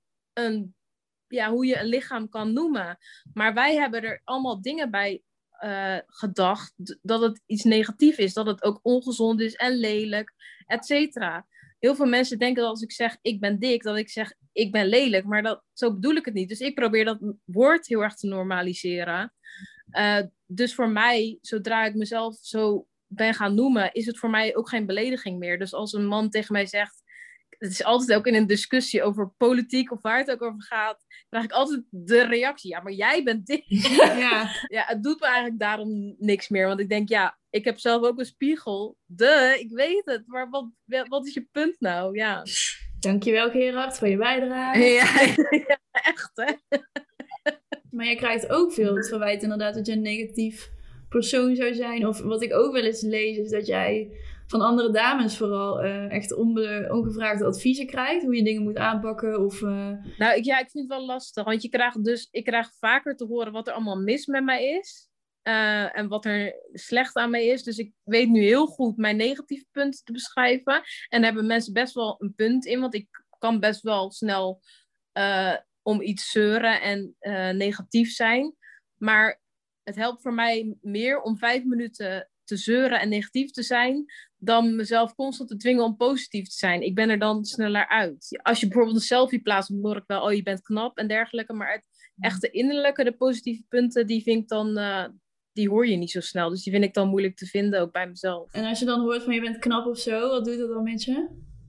hoe je een lichaam kan noemen. Maar wij hebben er allemaal dingen bij gedacht dat het iets negatiefs is. Dat het ook ongezond is en lelijk, et cetera. Heel veel mensen denken dat als ik zeg ik ben dik, dat ik zeg ik ben lelijk. Maar zo bedoel ik het niet. Dus ik probeer dat woord heel erg te normaliseren. Dus voor mij, zodra ik mezelf zo ben gaan noemen, is het voor mij ook geen belediging meer. Dus als een man tegen mij zegt, het is altijd ook in een discussie over politiek of waar het ook over gaat, krijg ik altijd de reactie, ja, maar jij bent dik. Ja, het doet me eigenlijk daarom niks meer. Want ik denk, ik heb zelf ook een spiegel. Ik weet het. Maar wat is je punt nou? Ja. Dankjewel Gerard voor je bijdrage. Ja, echt hè. Maar je krijgt ook veel het verwijt inderdaad dat je een negatief persoon zou zijn. Of wat ik ook wel eens lees is dat jij van andere dames vooral echt ongevraagde adviezen krijgt. Hoe je dingen moet aanpakken. Of, Nou, ik vind het wel lastig. Want ik krijg vaker te horen wat er allemaal mis met mij is. En wat er slecht aan mij is. Dus ik weet nu heel goed mijn negatieve punten te beschrijven. En daar hebben mensen best wel een punt in. Want ik kan best wel snel om iets zeuren en negatief zijn. Maar het helpt voor mij meer om 5 minuten te zeuren en negatief te zijn, dan mezelf constant te dwingen om positief te zijn. Ik ben er dan sneller uit. Als je bijvoorbeeld een selfie plaatst, dan hoor ik wel, je bent knap en dergelijke. Maar het echte innerlijke, de positieve punten, die vind ik dan, die hoor je niet zo snel. Dus die vind ik dan moeilijk te vinden, ook bij mezelf. En als je dan hoort van je bent knap of zo, wat doet dat dan met je?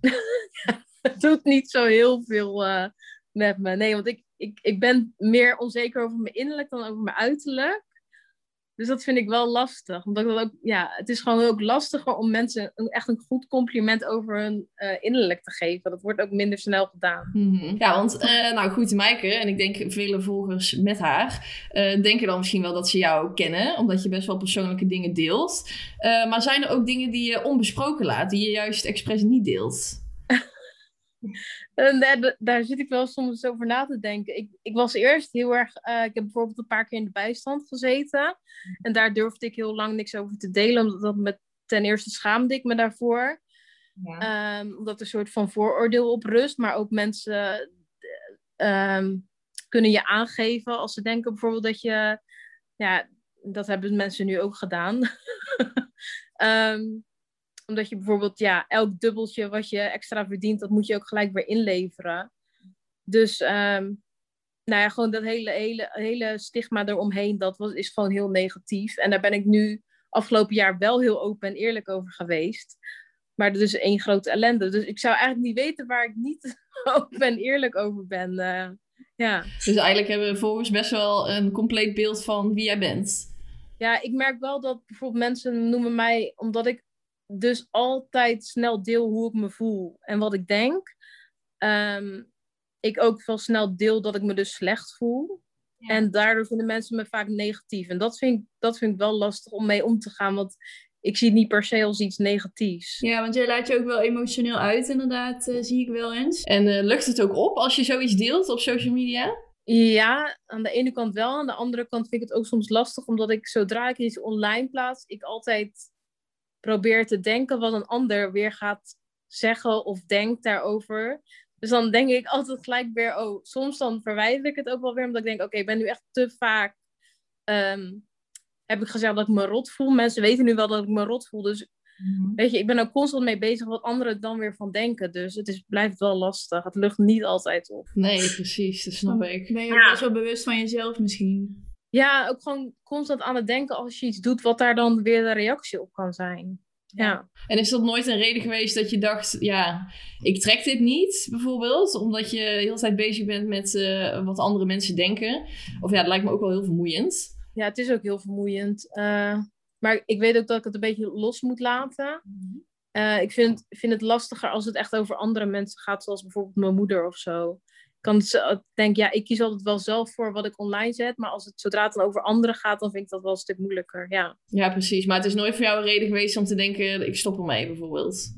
Het doet niet zo heel veel met me. Nee, want ik ben meer onzeker over mijn innerlijk dan over mijn uiterlijk. Dus dat vind ik wel lastig. Omdat dat ook, het is gewoon ook lastiger om mensen echt een goed compliment over hun innerlijk te geven. Dat wordt ook minder snel gedaan. Mm-hmm. Ja, want goed, Maaike, en ik denk vele volgers met haar, denken dan misschien wel dat ze jou kennen. Omdat je best wel persoonlijke dingen deelt. Maar zijn er ook dingen die je onbesproken laat, die je juist expres niet deelt? Daar zit ik wel soms over na te denken. Ik was eerst heel erg... ik heb bijvoorbeeld een paar keer in de bijstand gezeten. En daar durfde ik heel lang niks over te delen. Omdat ten eerste schaamde ik me daarvoor. Omdat er een soort van vooroordeel op rust. Maar ook mensen kunnen je aangeven als ze denken bijvoorbeeld dat je... Ja, dat hebben mensen nu ook gedaan. Omdat je bijvoorbeeld, elk dubbeltje wat je extra verdient, dat moet je ook gelijk weer inleveren. Dus, gewoon dat hele stigma eromheen, is gewoon heel negatief. En daar ben ik nu afgelopen jaar wel heel open en eerlijk over geweest. Maar er is één grote ellende. Dus ik zou eigenlijk niet weten waar ik niet open en eerlijk over ben. Dus eigenlijk hebben we volgens best wel een compleet beeld van wie jij bent. Ja, ik merk wel dat bijvoorbeeld mensen noemen mij, omdat ik dus altijd snel deel hoe ik me voel en wat ik denk. Ik ook wel snel deel dat ik me dus slecht voel. Ja. En daardoor vinden mensen me vaak negatief. En dat vind ik wel lastig om mee om te gaan, want ik zie het niet per se als iets negatiefs. Ja, want jij laat je ook wel emotioneel uit, inderdaad, zie ik wel eens. En lucht het ook op als je zoiets deelt op social media? Ja, aan de ene kant wel. Aan de andere kant vind ik het ook soms lastig, omdat ik zodra ik iets online plaats, ik altijd probeer te denken wat een ander weer gaat zeggen of denkt daarover. Dus dan denk ik altijd gelijk weer, soms dan verwijder ik het ook wel weer, omdat ik denk, oké, ik ben nu echt te vaak, heb ik gezegd dat ik me rot voel. Mensen weten nu wel dat ik me rot voel, dus weet je, ik ben ook constant mee bezig wat anderen dan weer van denken. Dus het blijft wel lastig. Het lucht niet altijd op. Nee, precies. Dat snap ik. Ben je ook best wel bewust van jezelf misschien? Ja, ook gewoon constant aan het denken als je iets doet, wat daar dan weer de reactie op kan zijn. Ja. En is dat nooit een reden geweest dat je dacht, ik trek dit niet, bijvoorbeeld, omdat je de hele tijd bezig bent met wat andere mensen denken? Of dat lijkt me ook wel heel vermoeiend. Ja, het is ook heel vermoeiend. Maar ik weet ook dat ik het een beetje los moet laten. Ik vind het lastiger als het echt over andere mensen gaat, zoals bijvoorbeeld mijn moeder of zo. Ik denk, ik kies altijd wel zelf voor wat ik online zet, maar zodra het dan over anderen gaat, dan vind ik dat wel een stuk moeilijker, Ja, precies. Maar het is nooit voor jou een reden geweest om te denken, ik stop ermee bijvoorbeeld?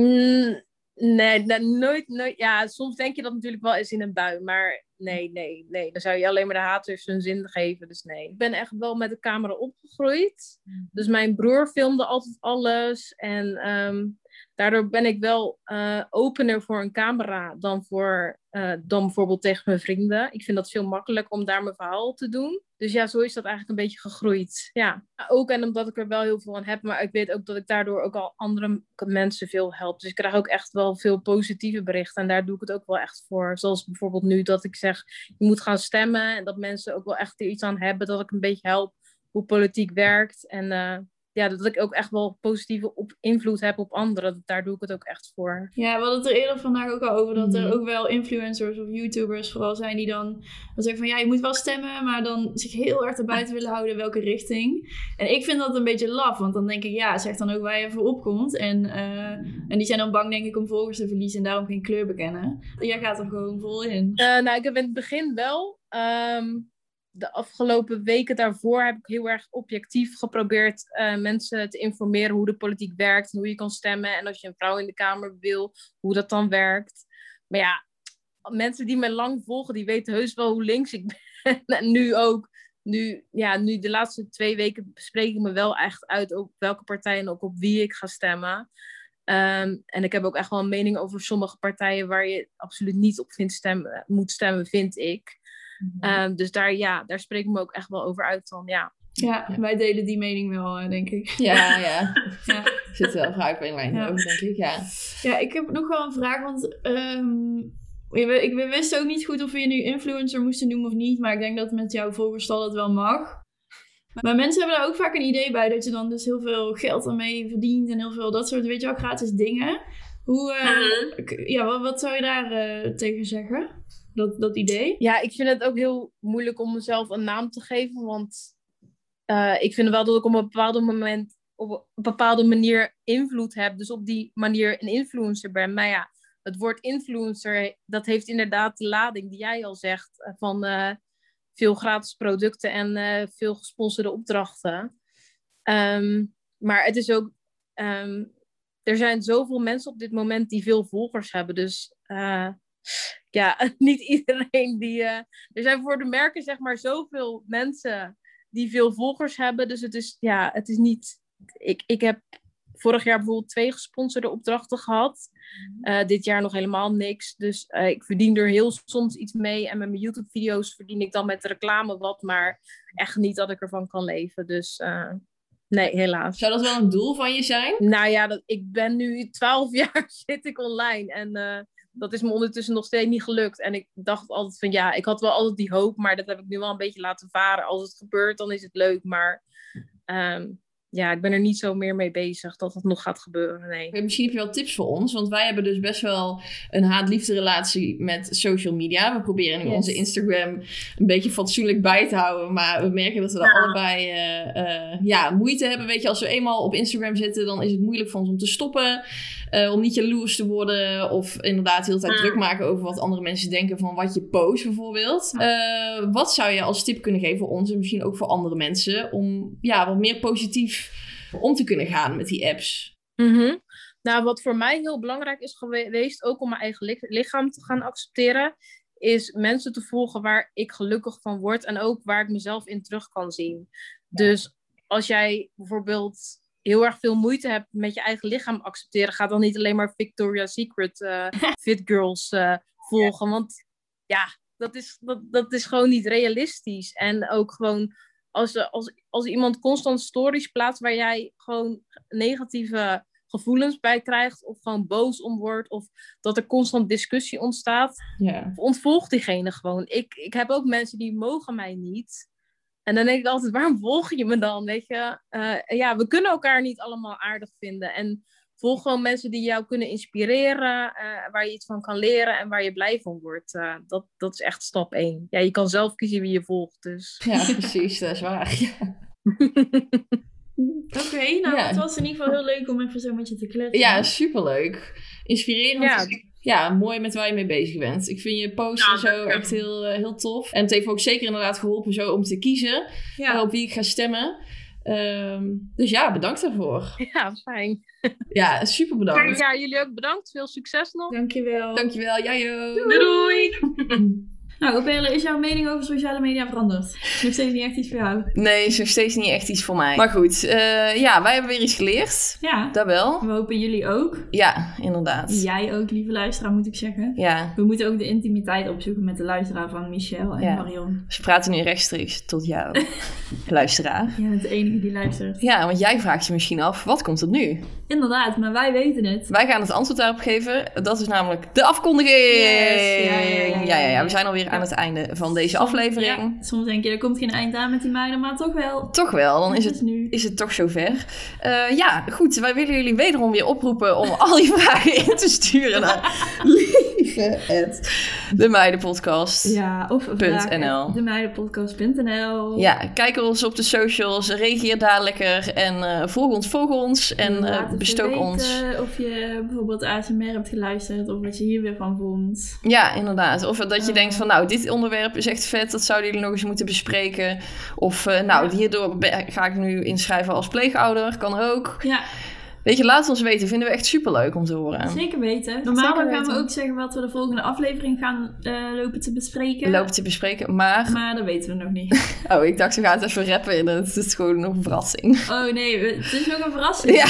Nee, nooit. Ja, soms denk je dat natuurlijk wel eens in een bui, maar nee. Dan zou je alleen maar de haters hun zin geven, dus nee. Ik ben echt wel met de camera opgegroeid. Dus mijn broer filmde altijd alles en daardoor ben ik wel opener voor een camera dan bijvoorbeeld tegen mijn vrienden. Ik vind dat veel makkelijker om daar mijn verhaal te doen. Dus zo is dat eigenlijk een beetje gegroeid. Ja, ook en omdat ik er wel heel veel aan heb, maar ik weet ook dat ik daardoor ook al andere mensen veel help. Dus ik krijg ook echt wel veel positieve berichten en daar doe ik het ook wel echt voor. Zoals bijvoorbeeld nu dat ik zeg, je moet gaan stemmen en dat mensen ook wel echt er iets aan hebben, dat ik een beetje help hoe politiek werkt en dat ik ook echt wel positieve invloed heb op anderen. Daar doe ik het ook echt voor. Ja, we hadden het er eerder vandaag ook al over dat er ook wel influencers of YouTubers vooral zijn die dan zeggen van je moet wel stemmen, maar dan zich heel erg erbuiten willen houden in welke richting. En ik vind dat een beetje laf, want dan denk ik zeg dan ook waar je voor opkomt. En die zijn dan bang denk ik om volgers te verliezen en daarom geen kleur bekennen. Jij gaat er gewoon vol in. Ik heb in het begin wel... De afgelopen weken daarvoor heb ik heel erg objectief geprobeerd mensen te informeren hoe de politiek werkt en hoe je kan stemmen. En als je een vrouw in de Kamer wil, hoe dat dan werkt. Maar mensen die mij lang volgen, die weten heus wel hoe links ik ben. En nu ook. Nu de laatste 2 weken spreek ik me wel echt uit op welke partij en ook op wie ik ga stemmen. En ik heb ook echt wel een mening over sommige partijen waar je absoluut niet op moet stemmen, vind ik. Dus daar spreek ik me ook echt wel over uit dan, Ja, wij delen die mening wel, denk ik. Ja. Zit wel vrij op één lijn over, denk ik, Ja, ik heb nog wel een vraag, want ik wist ook niet goed of we je nu influencer moesten noemen of niet, maar ik denk dat met jouw volgerstal dat wel mag. Maar mensen hebben daar ook vaak een idee bij dat je dan dus heel veel geld ermee verdient en heel veel dat soort, weet je wel, gratis dingen. Wat zou je daar tegen zeggen? Dat idee? Ja, ik vind het ook heel moeilijk om mezelf een naam te geven. Want ik vind wel dat ik op een bepaalde manier invloed heb. Dus op die manier een influencer ben. Maar het woord influencer, dat heeft inderdaad de lading die jij al zegt. Van veel gratis producten en veel gesponsorde opdrachten. Maar het is ook... er zijn zoveel mensen op dit moment die veel volgers hebben. Dus... niet iedereen die... er zijn voor de merken, zeg maar, zoveel mensen die veel volgers hebben. Dus het is niet... Ik heb vorig jaar bijvoorbeeld 2 gesponsorde opdrachten gehad. Dit jaar nog helemaal niks. Dus ik verdien er heel soms iets mee. En met mijn YouTube-video's verdien ik dan met de reclame wat. Maar echt niet dat ik ervan kan leven. Dus nee, helaas. Zou dat wel een doel van je zijn? Nou ja, ik ben nu 12 jaar zit ik online. En dat is me ondertussen nog steeds niet gelukt. En ik dacht altijd van ja, ik had wel altijd die hoop. Maar dat heb ik nu wel een beetje laten varen. Als het gebeurt, dan is het leuk. Maar ja, ik ben er niet zo meer mee bezig dat het nog gaat gebeuren, nee. Misschien heb je wel tips voor ons, want wij hebben dus best wel een haat-liefde relatie met social media. We proberen nu onze Instagram een beetje fatsoenlijk bij te houden, maar we merken dat we er allebei moeite hebben. Weet je, als we eenmaal op Instagram zitten, dan is het moeilijk voor ons om te stoppen, om niet jaloers te worden of inderdaad de hele tijd druk maken over wat andere mensen denken van wat je post bijvoorbeeld. Wat zou je als tip kunnen geven voor ons en misschien ook voor andere mensen om wat meer positief om te kunnen gaan met die apps? Mm-hmm. Nou, wat voor mij heel belangrijk is geweest, ook om mijn eigen lichaam te gaan accepteren, is mensen te volgen waar ik gelukkig van word en ook waar ik mezelf in terug kan zien. Dus als jij bijvoorbeeld heel erg veel moeite hebt met je eigen lichaam accepteren, ga dan niet alleen maar Victoria's Secret fit girls volgen, want ja, dat is gewoon niet realistisch. En ook gewoon als iemand constant stories plaatst waar jij gewoon negatieve gevoelens bij krijgt of gewoon boos om wordt of dat er constant discussie ontstaat, ontvolg diegene gewoon. Ik heb ook mensen die mogen mij niet. En dan denk ik altijd, waarom volg je me dan? Weet je? We kunnen elkaar niet allemaal aardig vinden. En volg gewoon mensen die jou kunnen inspireren, waar je iets van kan leren en waar je blij van wordt. Dat is echt stap 1. Ja, je kan zelf kiezen wie je volgt. Dus. Ja, precies, dat is waar. Ja. Oké, het was in ieder geval heel leuk om even zo met je te kletsen. Ja, superleuk. Inspirerend. Ja, mooi met waar je mee bezig bent. Ik vind je posts en zo echt heel tof. En het heeft ook zeker inderdaad geholpen zo om te kiezen op wie ik ga stemmen. Dus ja, bedankt daarvoor. Ja, fijn. Ja, super bedankt. Ja, jullie ook bedankt. Veel succes nog. Dankjewel. Dankjewel, jij ook. Doei. Nou, Perle, is jouw mening over sociale media veranderd? Is nog steeds niet echt iets voor jou? Nee, is nog steeds niet echt iets voor mij. Maar goed, wij hebben weer iets geleerd. Ja. Dat wel. We hopen jullie ook. Ja, inderdaad. Jij ook, lieve luisteraar, moet ik zeggen. Ja. We moeten ook de intimiteit opzoeken met de luisteraar van Michelle en Marion. Ze praten nu rechtstreeks tot jou, luisteraar. Ja, het enige die luistert. Ja, want jij vraagt je misschien af, wat komt er nu? Inderdaad, maar wij weten het. Wij gaan het antwoord daarop geven. Dat is namelijk de afkondiging. Yes. Ja. We zijn alweer aan het einde van deze aflevering. Ja, soms denk je, er komt geen eind aan met die meiden, maar toch wel. Toch wel, dan is het toch zover. Goed, wij willen jullie wederom weer oproepen om al je vragen in te sturen naar lieve@demeidenpodcast.nl. Ja, of demeidenpodcast.nl. Ja, kijk ons op de socials, reageer daar lekker en volg ons en bestook ons. Of je bijvoorbeeld ASMR hebt geluisterd of wat je hier weer van vond. Ja, inderdaad. Of dat je denkt van, nou, dit onderwerp is echt vet, dat zouden jullie nog eens moeten bespreken. Of hierdoor ga ik nu inschrijven als pleegouder, kan ook. Ja. Weet je, laat ons weten. Vinden we echt superleuk om te horen. Zeker weten. Normaal gaan we ook zeggen wat we de volgende aflevering gaan lopen te bespreken. Maar dat weten we nog niet. Oh, ik dacht we gaan het even rappen en het is gewoon nog een verrassing. Oh nee, het is nog een verrassing. Ja.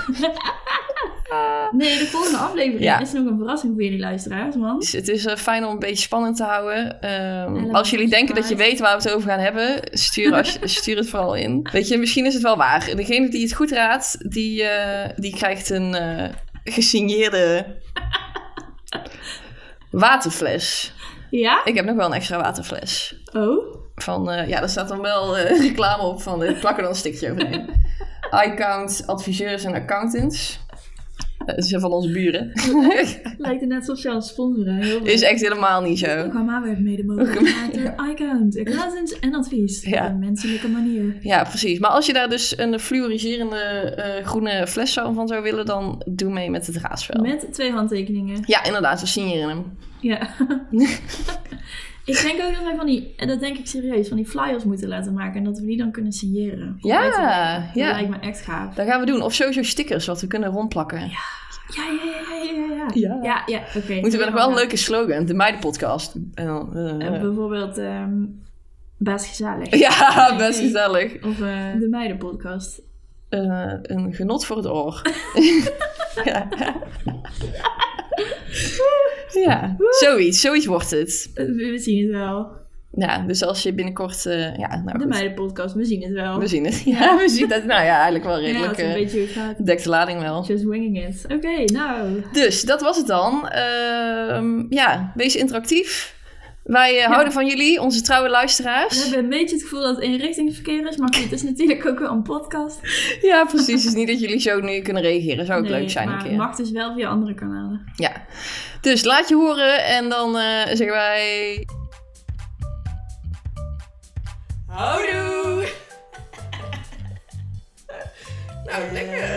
Nee, de volgende aflevering is nog een verrassing voor jullie luisteraars, man. Dus het is fijn om een beetje spannend te houden. Als jullie denken dat je weet waar we het over gaan hebben, stuur het vooral in. Weet je, misschien is het wel waar. Degene die het goed raadt, die krijgt een gesigneerde waterfles. Ja? Ik heb nog wel een extra waterfles. Oh? Daar staat dan wel reclame op van, plak er dan een stikje overheen. iCount adviseurs en accountants. Dat is van onze buren. Lijkt het net zoals sponsoren. Is echt helemaal niet zo. Het programma werd mede mogelijk gemaakt door iCount, accountants en advies. Op een menselijke manier. Ja, precies. Maar als je daar dus een fluoriserende groene fles van zou willen, dan doe mee met het raadsspel. Met 2 handtekeningen. Ja, inderdaad. We signeren hem. Ja. Ik denk ook dat wij dat denk ik serieus, van die flyers moeten laten maken en dat we die dan kunnen signeren. Ja. Dat lijkt me echt gaaf. Dat gaan we doen. Of sowieso stickers, wat we kunnen rondplakken. Ja, oké. Moeten we nog wel een leuke slogan, de Meidenpodcast. Bijvoorbeeld, best gezellig. Ja, best gezellig. Of de Meidenpodcast. een genot voor het oor. Ja. Ja, zoiets wordt het. We zien het wel. Ja, dus als je binnenkort... de meidenpodcast, we zien het wel. We zien het. Ja, we zien het. Nou ja, eigenlijk wel redelijk. Ja, het is een beetje hoe het gaat. Dekt de lading wel. Just winging it. Oké, nou. Dus, dat was het dan. Wees interactief. Wij houden van jullie, onze trouwe luisteraars. We hebben een beetje het gevoel dat het eenrichtingsverkeer is. Maar goed, het is natuurlijk ook wel een podcast. Ja, precies. Het is niet dat jullie zo nu kunnen reageren. Zou ook leuk zijn maar een keer. het mag dus wel via andere kanalen. Ja. Dus laat je horen en dan zeggen wij... Houdoe! Nou, lekker.